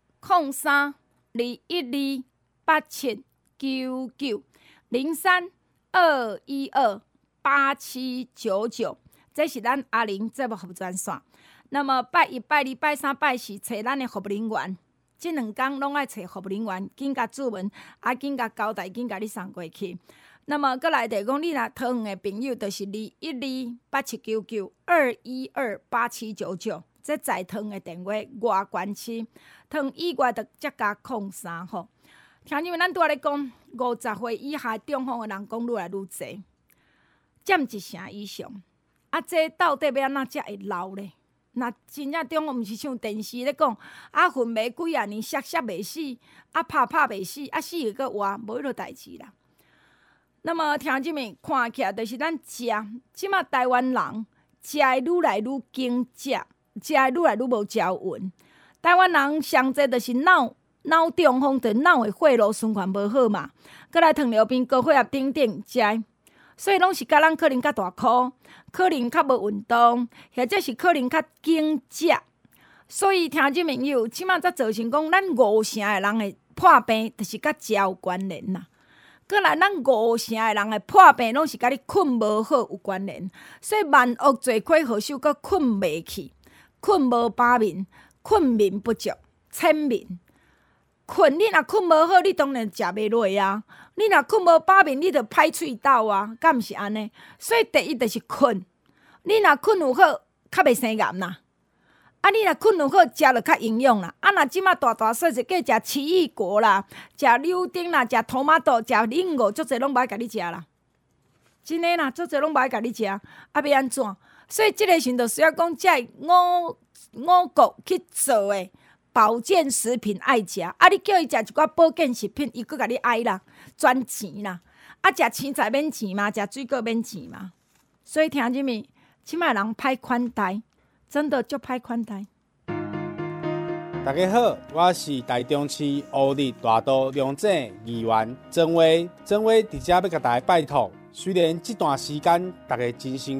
03-212-8799，03-212-8799，这是咱阿玲节目服务专线。那么拜1、拜2、拜3、拜4，找咱的服务人员。这2天拢爱找服务人员，紧甲注文，紧甲交代，紧甲你送过去。那么，搁来就讲，你若桃园的朋友，就是212-8799，212-8799，这在桃园的电话，外关区，桃园以外的则加03吼。听因为咱拄仔咧讲，50岁以下中风的人讲愈来愈侪，占1成以上。这到底要安怎才会老咧？若真正中风，毋是像电视咧讲，混袂几啊年，摔袂死，拍袂死，死又搁活，无迄落代志啦。那么听即面看起来，就是咱食，即马台湾人食的愈来愈精食，食的愈来愈无胶匀。台湾人上济就是脑中风，就脑的血路循环无好嘛，搁来糖尿病、高血压等等食，所以拢是甲咱可能较大箍，可能较无运动，或者是可能较精食。所以听即面有，即马才造成讲，咱50%的人的破病，就是甲食有关联啦。搁来，咱50%的人的破病，拢是甲你困无好有关联，所以万恶罪魁祸首，搁困袂去，困无饱眠，困眠不足，浅眠。困你若困无好，你当然食袂落啊。你若困无饱眠，你着歹喙斗啊，敢毋是安尼？所以第一就是困。你若困有好，较袂生癌啦。你若困有好，食就较营养啦。若即马大细就计食奇异果啦，食柳丁啦，食土马豆，食菱果，足侪拢无爱甲你食啦。真诶啦，足侪拢无爱甲你食，要安怎？所以即个时阵就需要讲，这五谷去做诶保健食品爱食。你叫伊食一寡保健食品，伊佫甲你爱啦，赚钱啦。食青菜免钱嘛，食水果免钱嘛。所以听入面，即摆人歹款待。真的就歹款待。 大家好，我是台中市乌日大道龙井议员曾威。曾威伫遮要甲大家拜托，虽然这段时间大家真辛苦，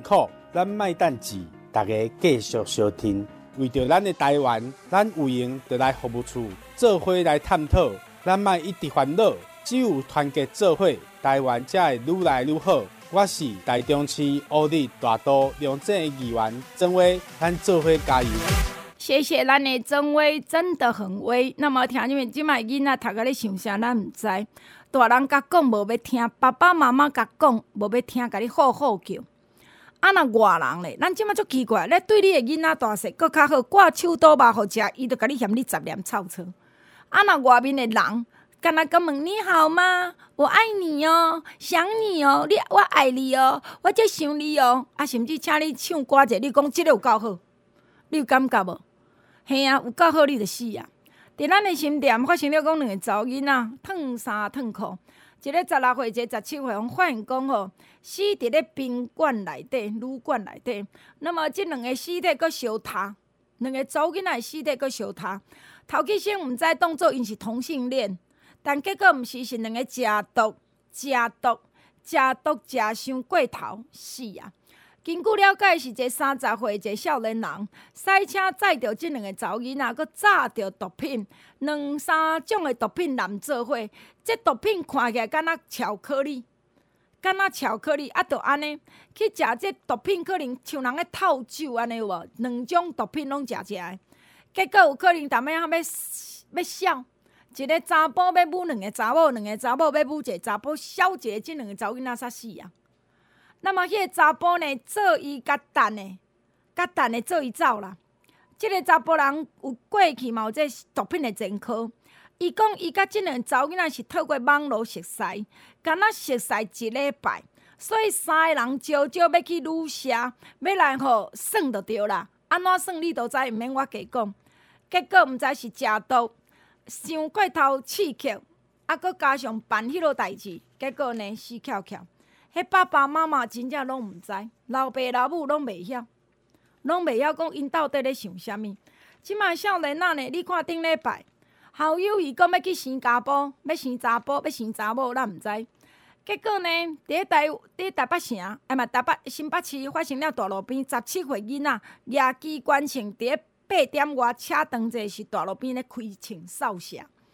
咱莫等志，大家继续收听。为着咱的台湾，咱有闲就来服务处做伙来探讨。咱莫一直烦恼，只有团结做伙，台湾才会愈来愈好。我是台中市乌日大都良政的议员曾威，咱做伙加油。 谢谢咱的曾威，真的很威。那么听你们即摆囡仔读到咧想啥，咱毋知。大人甲讲无要听，爸爸妈妈甲讲无要听，甲你好好叫。啊，若外人咧，咱即摆足奇怪，咧对你的囡仔大细搁较好，挂手倒肉互食，伊就甲你嫌你10粒臭臭。啊，若外面的人，敢若讲问你好吗？我爱你哦，想你哦，我爱你哦，我就想你哦。啊，甚至请你唱歌者，你讲即个有够好，你有感觉无？嘿啊，有够好你就死啊！伫咱的新店发生了讲2个查某囡仔脱衫脱裤，一个16岁，一个17岁，发现讲吼死伫咧宾馆内底、旅馆内底。那么即2个尸体佫相他，2个查某囡仔的尸体佫相他。头起先毋知当做因是同性恋，但结果毋是，是2个食毒食伤过头死啊！根据了解，是一个30岁一个少年人，赛车载着即2个查某囡仔，佮炸着毒品，2-3种的毒品揽做伙。这毒品看起来敢若巧克力，啊，就安尼去食这毒品，可能像人咧透酒安尼有无？2种毒品拢食的，结果有可能逐尾要笑。一个查甫要母2个查某，2个查某要母一个查甫，笑一个，即2个查某囡仔煞死啊！那么，迄个查甫呢，做伊甲蛋的做伊走啦。即个查甫人有过去嘛有这毒品的前科。伊讲伊甲即2个查某囡仔是透过网络熟识，敢若熟识1礼拜，所以3个人招要去旅社，要来互算就对啦。安怎算你都知，毋免我加讲。结果毋知是食毒，伤过头刺激，啊，佮加上办迄落代志，结果呢死翘翘。迄爸爸妈妈真正拢毋知，老爸老母拢袂晓讲因到底咧想啥物。即摆少年仔呢，你看顶礼拜校友伊讲要去生家宝，要生查甫，要生查某，咱毋知。结果呢，伫台北城，新北市发生了大路边17岁囡仔掠机关枪，伫8点外车当者是大路边咧开枪扫射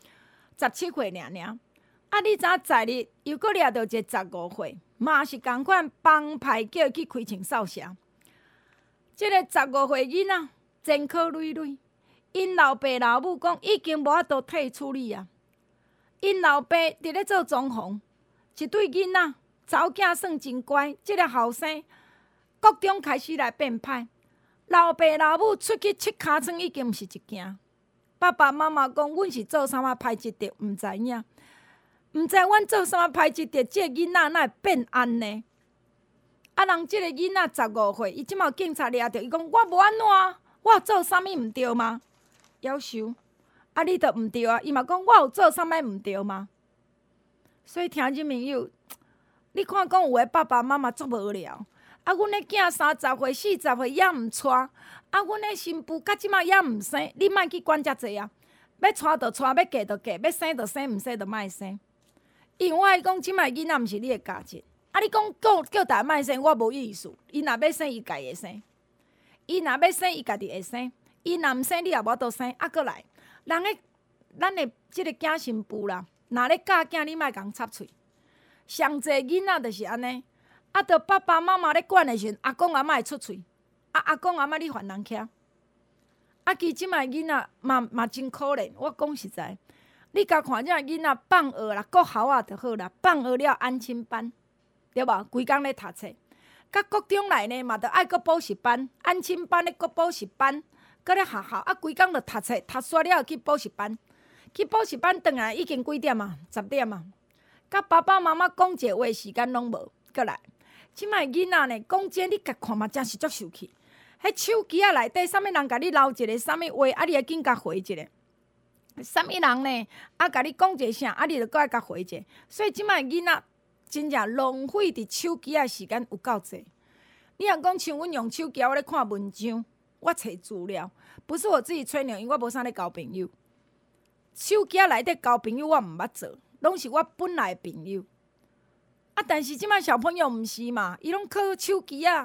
，17岁尔。啊，你知影昨日又搁掠到一个15岁，嘛是共款帮派叫去开枪扫射。即个15岁囡仔前科累累，因老爸老母讲已经无法度退处理啊。因老爸伫咧做装潢，一对囡仔查某囝算真乖，即个后生国中开始来变歹。老爸老母出去切尻川已经毋是一件。爸爸妈妈讲，阮是做啥物歹一着，毋知影。毋知阮做啥物歹一着，即个囡仔哪会变安尼？啊，人即个囡仔15岁，伊即马警察掠着，伊讲我无安怎，我有做啥物毋对吗？夭寿，啊，你着毋对啊！伊嘛讲我有做啥物毋对吗？所以听众朋友，你看讲有诶爸爸妈妈足无聊。啊，阮诶囝30岁、40岁也毋娶，啊，阮诶新妇到即马也毋生，你莫去管遮济啊！要娶就娶，要嫁就嫁，要生就生，毋生就莫生。因为我爱讲，即摆囡仔毋是你诶家庭。啊，你讲叫大家莫生，我无意思。伊若要生，伊家己会生；伊若要生，伊家己会生；伊若毋生，你也无法度生。啊，搁来，咱诶即个囝新妇啦，若咧教囝，你莫共插喙。上济囡仔就是安尼。啊，着爸爸妈妈咧管的时阵，阿公阿嬷会出喙，啊，阿公阿嬷你烦人徛。啊，其即摆囡仔嘛真可怜。我讲实在，你甲看这囡仔放学啦，国校啊就好啦，放学了安亲班，对无？规工咧读册。甲国中内呢嘛，着爱搁补习班，安亲班咧搁补习班，搁咧学校啊，规工着读册，读煞了去补习班。去补习班转来已经几点啊？10点啊。甲爸爸妈妈讲一个话时间拢无，过来。即摆囡仔呢，讲真，你甲看嘛，真是足受气。迄手机啊内底，啥物人甲你留一个啥物话，啊，你会紧甲回一个。啥物人呢？啊，甲你讲一声，啊，你着搁爱甲回一个。所以即摆囡仔真正浪费伫手机啊时间有够济。你若讲像阮用手机，我咧看文章，我找资料，不是我自己吹牛，因为我无啥咧交朋友。手机啊内底交朋友我毋捌做，拢是我本来的朋友。啊！但是即摆小朋友毋是嘛，伊拢靠手机啊，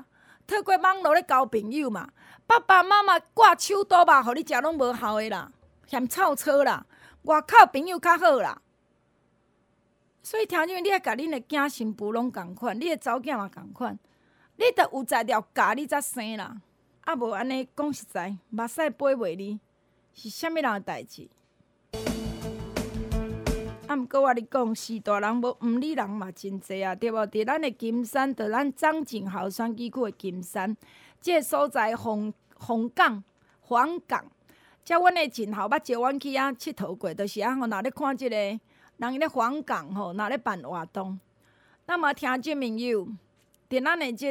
透过网络咧交朋友嘛。爸爸妈妈挂手刀肉，互你食拢无效的啦，嫌臭车啦，外口朋友较好啦。所以听众，你爱甲恁的囝新妇拢共款，你的查某囝嘛共款，你着有才调教你才生啦。啊无安尼讲实在，目屎飞袂离，是啥物人的代志？啊，毋过我咧讲，是大人无毋理人嘛真济啊，对无？伫咱的金山，伫咱张景豪选举区的金山，即个所在黄港，遮阮的真豪捌招阮去遐佚佗过，就是啊，若咧看即个人伊咧黄港吼，若咧办活动，那么听众朋友，伫咱的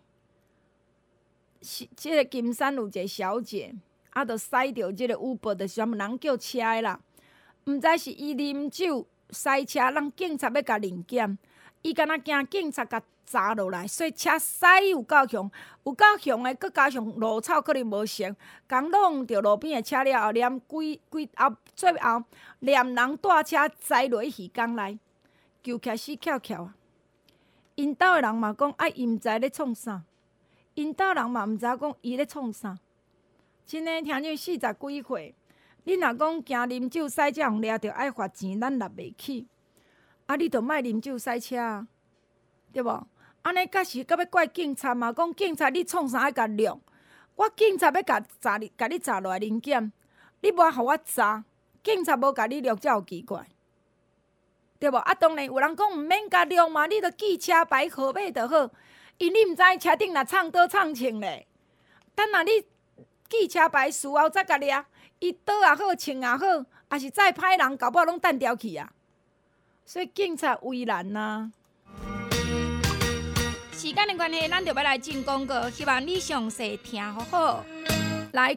即个金山有一个小姐，啊，着驶着即个Uber，就是专门人叫车的啦。毋知是伊啉酒驶车，人警察要甲临检，伊敢若惊警察甲砸落来，所以车驶有够凶，有够凶的，佮加上路草可能无熟，刚弄着路边的车了后，连最后连人带车栽落去鱼缸内，救起死翘翘啊！因兜的人嘛讲，伊毋知咧创啥。因兜人嘛毋知讲伊咧创啥，真诶，听见40几岁，你若讲惊啉酒驶车互掠着爱罚钱，咱纳袂起。啊，你着莫啉酒驶车啊，对无？安尼甲是要怪警察嘛？讲警察你创啥爱甲掠？我警察要甲你查落来临检，你无互我查，警察无甲你掠，才有奇怪，对无？啊，当然有人讲毋免甲掠嘛，你着记车牌号码就好。因你毋知车顶若创倒创穿咧，等若你记车牌事后再甲掠，伊倒也好，穿也好，也是再歹人，搞不好拢单掉去啊。所以警察为难啊。时间的关系，咱就要来进广告，希望你详细听好好。来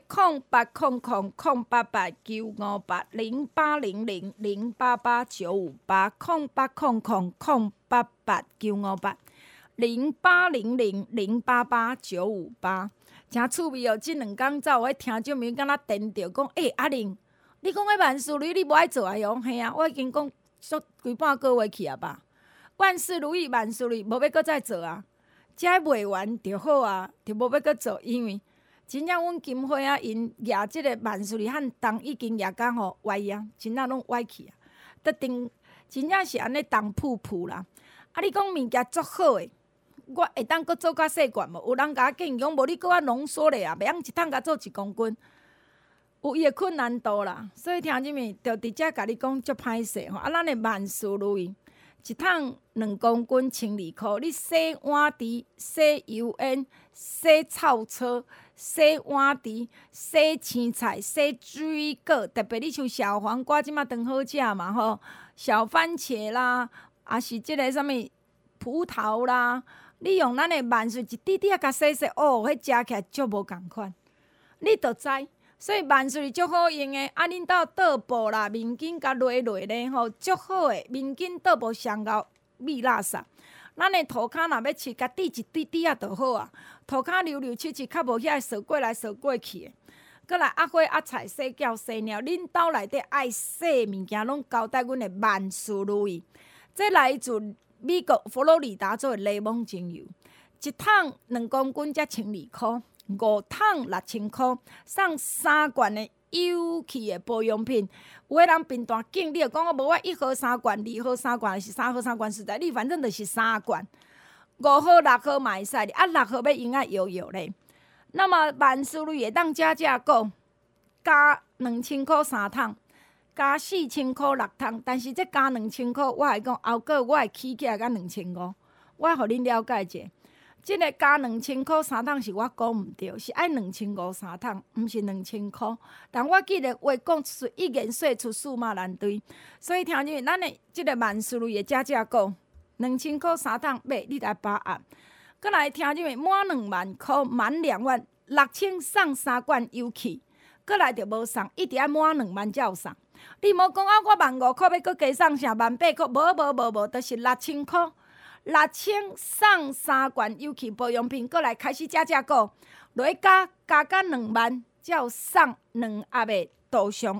080009580889580800088958。0800088958，真趣味哦！即2天走，我听众朋友敢若电着讲，阿玲，你讲迄万事如意，你无爱做啊？哟，嘿啊，我已经讲说规半个月去啊吧。万事如意，万事如意，无要搁再做啊！遮卖完就好啊，就无要搁做，因为真正阮金花啊，因举即个万事如意汉重已经举到吼歪啊，真正拢歪去啊，得定真正是安尼重噗噗啦。啊，你讲物件足好诶。我会当搁做较细罐无？有人甲我建议讲，无你搁较浓缩咧啊，袂用一趟甲做1公斤，有伊诶困难度啦。所以听入面着直接甲你讲足歹势吼。啊，咱诶万事如意，一趟2公斤1200箍，你洗碗池、洗油烟、洗臭草、洗碗池、洗青菜、洗水果，特别你像小黄瓜，即马当好食嘛吼，小番茄啦，也是即个啥物葡萄啦。你用咱的万事一滴滴甲洗洗，哦，迄食起来足无共款。你着知，所以万事足好用的。啊，恁兜倒布啦、面巾甲落咧吼，足好的。面巾倒布上到米垃圾，咱的涂骹若要拭，甲滴一滴滴啊就好啊。涂骹溜溜拭拭，较无遐扫过来扫过去的。搁来压花压菜、洗饺、洗猫，恁兜内底爱洗物件，拢交代阮的万事如意。这来自美国佛罗里达州的雷蒙精油，一桶2公斤才1200箍，5桶6000箍，送3罐的有气的保养品。有的人贫大紧，你就讲我无我1号3罐、2号3罐，还是3号3罐，实在你反正就是3罐，5号6号嘛会使哩，啊6号要用啊摇摇咧。那么万事如意会当加购，加2000箍3桶。加4000箍6桶，但是这加2000箍，我会讲后个我会起起来甲2500，我互恁了解者。即个加2000箍3桶是我讲毋对，是爱2500 3桶，毋是2000箍。但我记得话讲出一言说出驷马难追，所以听入咱的即个万事如意的购2000箍3桶买，你来把握。搁来听入满2万箍，满2万6000送3罐油气，搁来就无送，一直爱满2万才有送。你莫讲啊！我15000箍要搁加送啥18000箍？无，就是6000箍，6000送3罐油气保养品，搁来开始购，落去加到2万，才有送2盒的杜尚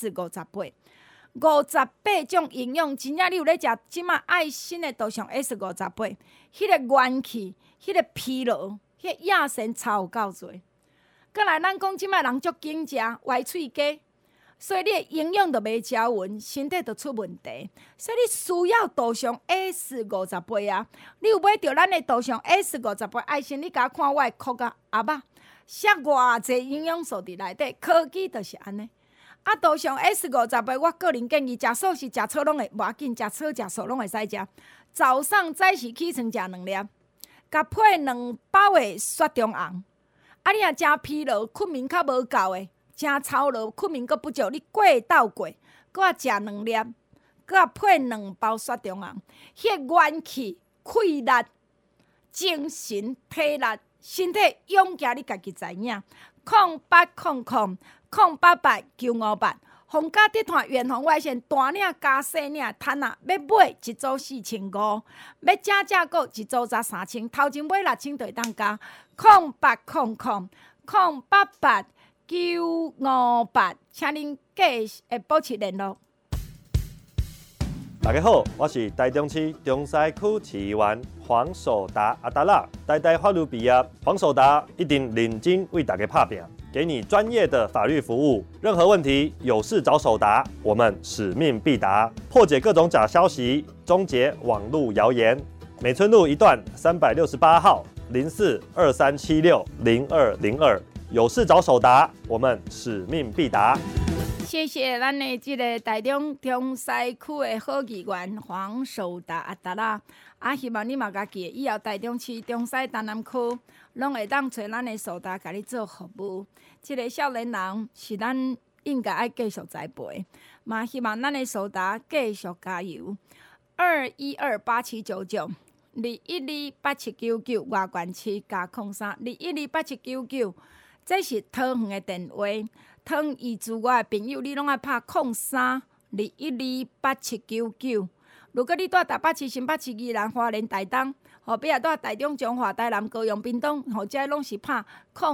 S58，58种营养，真正你有咧食，即马爱心的杜尚 S58，迄个元气，迄个疲劳， 迄亚神草有够多。过来，咱讲即摆人足紧食，歪喙鸡，所以你的营养就袂交匀，身体就出问题。所以你需要杜上 S50杯啊！你有买着咱的杜上 S50杯，爱心你甲我看我的壳啊阿爸，写偌济营养素伫内底，科技就是安尼。啊，杜上 S50杯，我个人建议食素食草拢会无要紧，食草食素拢会使食。早上早时起床食2粒，甲配2包的雪中红。啊，你若真疲劳，困眠较无够的，真操劳，困眠阁不足，你过倒过，阁啊食2粒，阁啊配2包雪中红，迄元气、气力、精神、体力、身体勇健，你家己知影。0800-088-958，皇家集团远红外线大领加细领摊啊，要买一组4500，要正购一组才3000，头前买6000就会当加。0800-088-958，请恁继续保持联络。 大家好，我是台中市中西区市议员黄守达阿达拉。台大法律毕业，黄守达一定认真为大家拍拼，给你专业的法律服务。任何问题有事找守达，我们使命必达，破解各种假消息，终结网络谣言。美村路一段368号0423760202，有事找守达，我们使命必达。 谢谢咱的这个台中中西区的好议员黄守达阿达啦，希望你嘛家记，以后台中市中西台南区拢会当找咱的守达，甲你做服务。这个少年人是咱应该爱继续栽培，嘛希望咱的守达继续加油。2128799，2128799外关区加03，2128799，这是桃园的电话。汤伊自我的朋友，你拢爱拍03-2128799。如果你住台北市、新北市、宜兰、花莲、台东，后壁也住台中、彰化、台南、高雄、屏东，或者拢是拍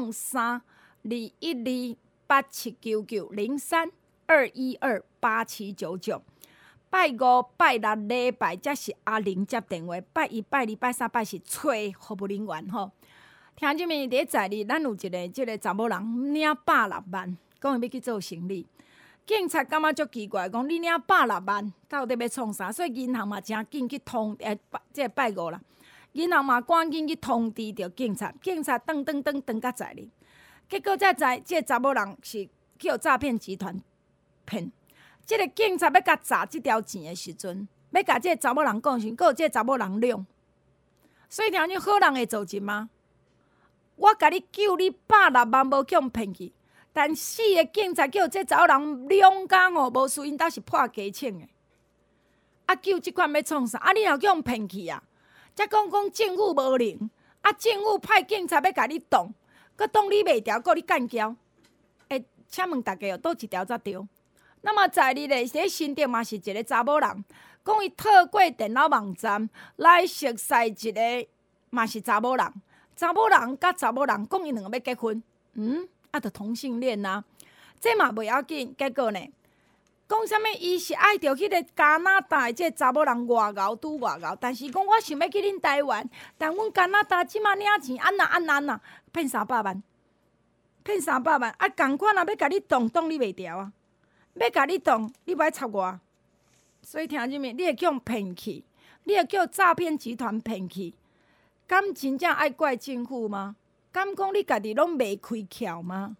03-2128799，03-2128799。拜五、拜六、礼拜才是阿玲接电话，拜一、拜二、拜三、拜四找服务人员吼。听即面第在日，咱有一个即个查某人领160万。讲伊要去做生理，警察感觉足奇怪，讲你领160万，到底要创啥？所以银行嘛真紧去通，即个拜五啦，银行嘛赶紧去通知着警察，警察等到在哩，结果才知即个查某人是叫诈骗集团骗。即个警察要甲查即条钱的时阵，要甲即个查某人讲时，阁有即个查某人亮。所以听你好人会做阵吗？我甲你救你160万，无叫骗去。但4个警察叫这查某人两工哦，无输因兜是破加请的。救即款要创啥？你若叫骗去啊？才讲政府无灵，政府派警察要甲你挡，佮挡你袂牢，佮你干交。请问大家倒一条才对？那么在日咧，这新店嘛是一个查某人，讲伊透过电脑网站来熟悉一个嘛是查某人，查某人甲查某人讲伊两个要结婚，就同性恋啊，这嘛袂要紧。结果呢，讲啥物伊是爱着迄个加拿大的这个查某人外敖拄外敖，但是讲我想要去恁台湾，但阮加拿大即马领钱安那骗300万，骗300万共款要甲你挡你袂牢啊！要甲你挡，你歹插我。所以听入面，你会叫骗去，你会叫诈骗集团骗去，敢真正爱怪政府吗？敢讲你家己拢未开窍吗？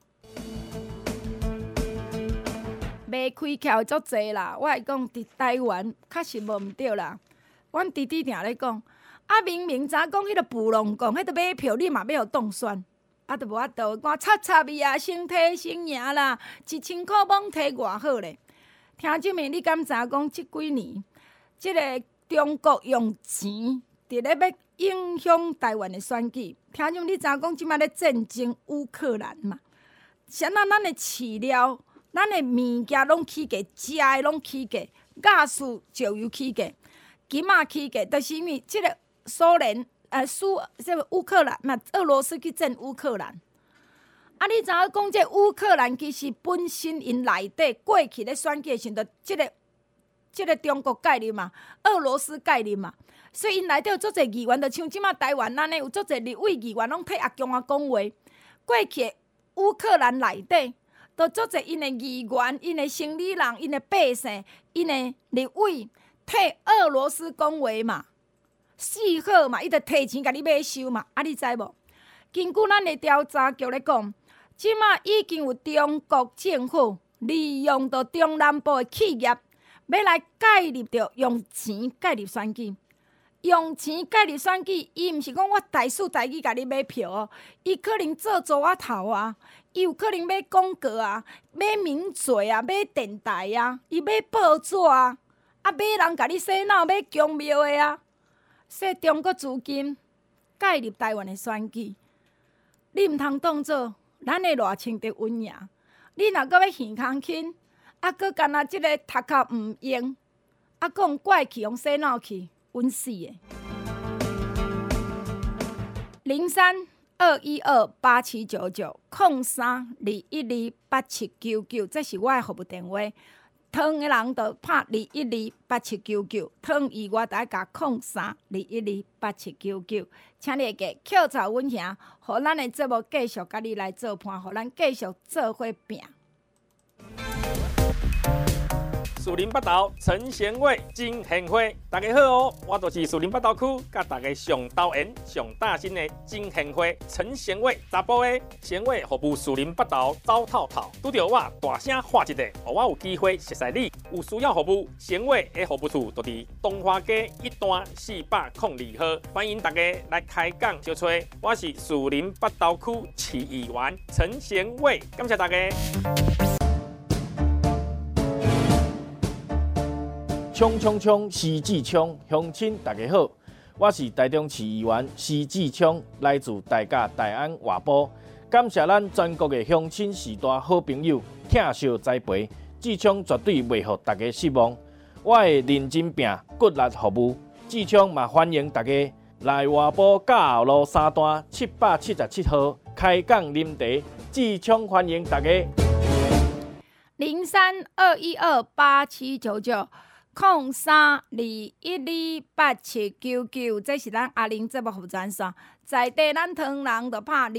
未开窍足济啦！我会讲，伫台湾确实无毋对啦。阮弟弟定咧讲，明明早讲迄个布隆讲，迄个买票你嘛要互当选，就无法度，我插伊啊，先摕先赢啦，1000块罔摕偌好咧。听即面，你敢知讲即几年，即个中国用钱伫咧要影响台湾的选举？听种你知影讲即摆咧战争乌克兰嘛？啥咱的饲料、咱的物件拢起价，食的拢起价，亚速石油起价，金仔起价，就是因为即个苏联这个乌克兰嘛，俄罗斯去战乌克兰。你知影讲这乌克兰其实本身因内底过去咧选举的时阵，即个即个中国概念嘛，俄罗斯概念嘛，所以因内底有足侪议员，就像即马台湾咱呢有足侪立委议员拢替阿强啊讲话。过去的乌克兰内底，都足侪因的议员、因的生理人、因的百姓、因的立委替俄罗斯讲话嘛，死好嘛，伊就提钱甲你买收嘛，你知无？根据咱的调查局咧讲，即马已经有中国政府利用到中南部的企业。要来介入着用钱介入选举，用钱介入选举，伊毋是讲我台数台语甲你买票哦，伊可能做组仔头啊，伊有可能买广告啊，买名嘴啊，买电台啊，伊买报纸啊，买人甲你洗脑，买公庙的啊，说中国资金介入台湾的选举，你毋通当做咱的热情伫稳赢，你若搁要耳空轻。搁干那即个头壳毋用，讲怪气，用洗脑去，稳死的。03-212-8799，03-212-8799，这是我的服务电话。汤的人就拍212-8799，汤以外大家甲03-212-8799，请你会记扣查阮兄，互咱的节目继续甲你来做伴，互咱继续做伙拼。 树林北投陈贤伟真贤惠，大家好哦！我就是树林北投区，甲大家上投缘、上大心的真贤惠陈贤伟查甫的贤伟服务树林北投走透透，拄着我大声喊一个，互我有机会熟悉你。有需要服务，贤伟的服务处就伫东华街1段402号，欢迎大家来开讲小吹。我是树林北投区市议员陈贤伟，感谢大家。冲冲冲！徐志昌，乡亲大家好，我是台中市议员徐志昌，来自大甲大安外埔，感谢咱全国的乡亲时代好朋友疼惜栽培，志昌绝对袂互大家失望，我会认真拼，骨力服务。志昌嘛欢迎大家来外埔嘉后路3段777号开讲啉茶，志昌欢迎大家。 03-212-8799。03-212-8799，这是咱阿玲节目服务专线。在地咱汤人就拍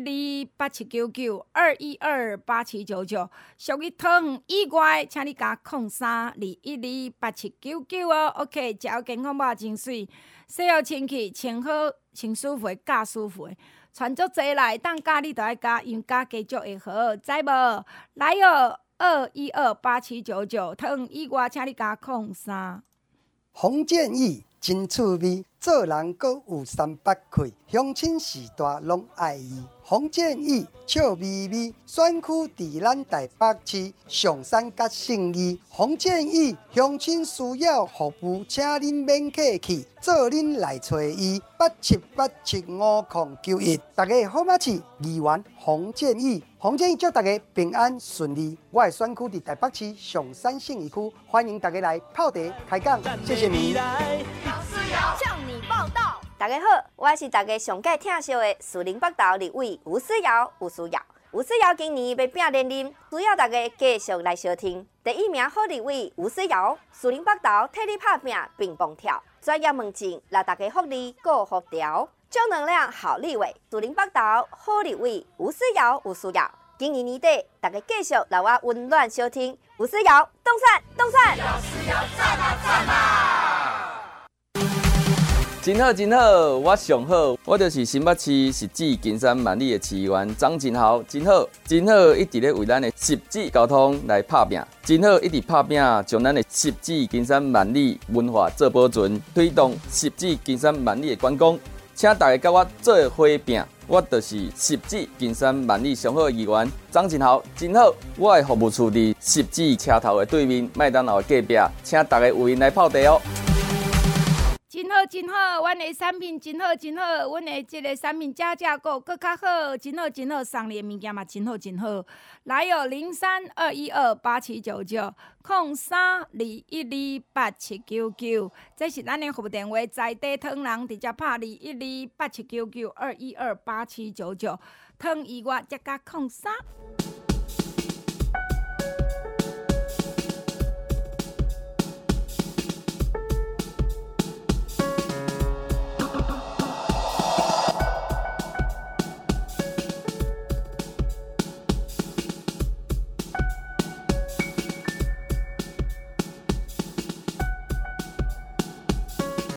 212-8799，212-8799。属于汤圆以外，请你加03-212-8799哦。OK， 食健康饱真水，洗好清气，穿好穿舒服，加舒服。穿足济来，当加你就爱加，因加加足会好，知无？来哦！212-8799，汤以外，请你加03。 洪建义真趣味，做人阁有300块，乡亲时代拢爱伊。洪建义笑眯眯，选区伫咱台北市上山甲胜利。洪建义乡亲需要服务，请恁免客气，做恁来找伊87875091。大家好，我是议员洪建义。洪建义祝大家平安顺利。我的选区伫台北市上山信义区，欢迎大家来泡茶开讲，谢谢你。 向你报道。大家好，我是大家上届疼惜的树林北投立委吴思瑶。吴思瑶今年要拼连任，需要大家继续来收听。第一名好立委吴思瑶，树林北投替你拍拼并蹦跳，专业问政，让大家福利过福调。正能量好立委，树林北投好立委吴思瑶。今年年底，大家继续让我温暖收听吴思瑶动算。吴思瑶赞啦！ 真好，我上好，我就是新北市汐止金山万里的市议员张真豪，真好，一直咧为咱的汐止交通来拍拼，真好，一直拍拼，将咱的汐止金山万里文化做保存，推动汐止金山万里的观光，请大家甲我做伙拼。我就是汐止金山万里上好议员张真豪，真好，我的服务处伫汐止车头的对面，麦当劳的隔壁，请大家有闲来泡茶哦。 真好，阮的产品真好，阮的这个产品价够更较好，真好，送你的物件嘛真好。来哦，03-212-8799，03-212-8799，这是咱的服务电话，在地汤人直接拍212-8799，212-8799，汤以外再加03。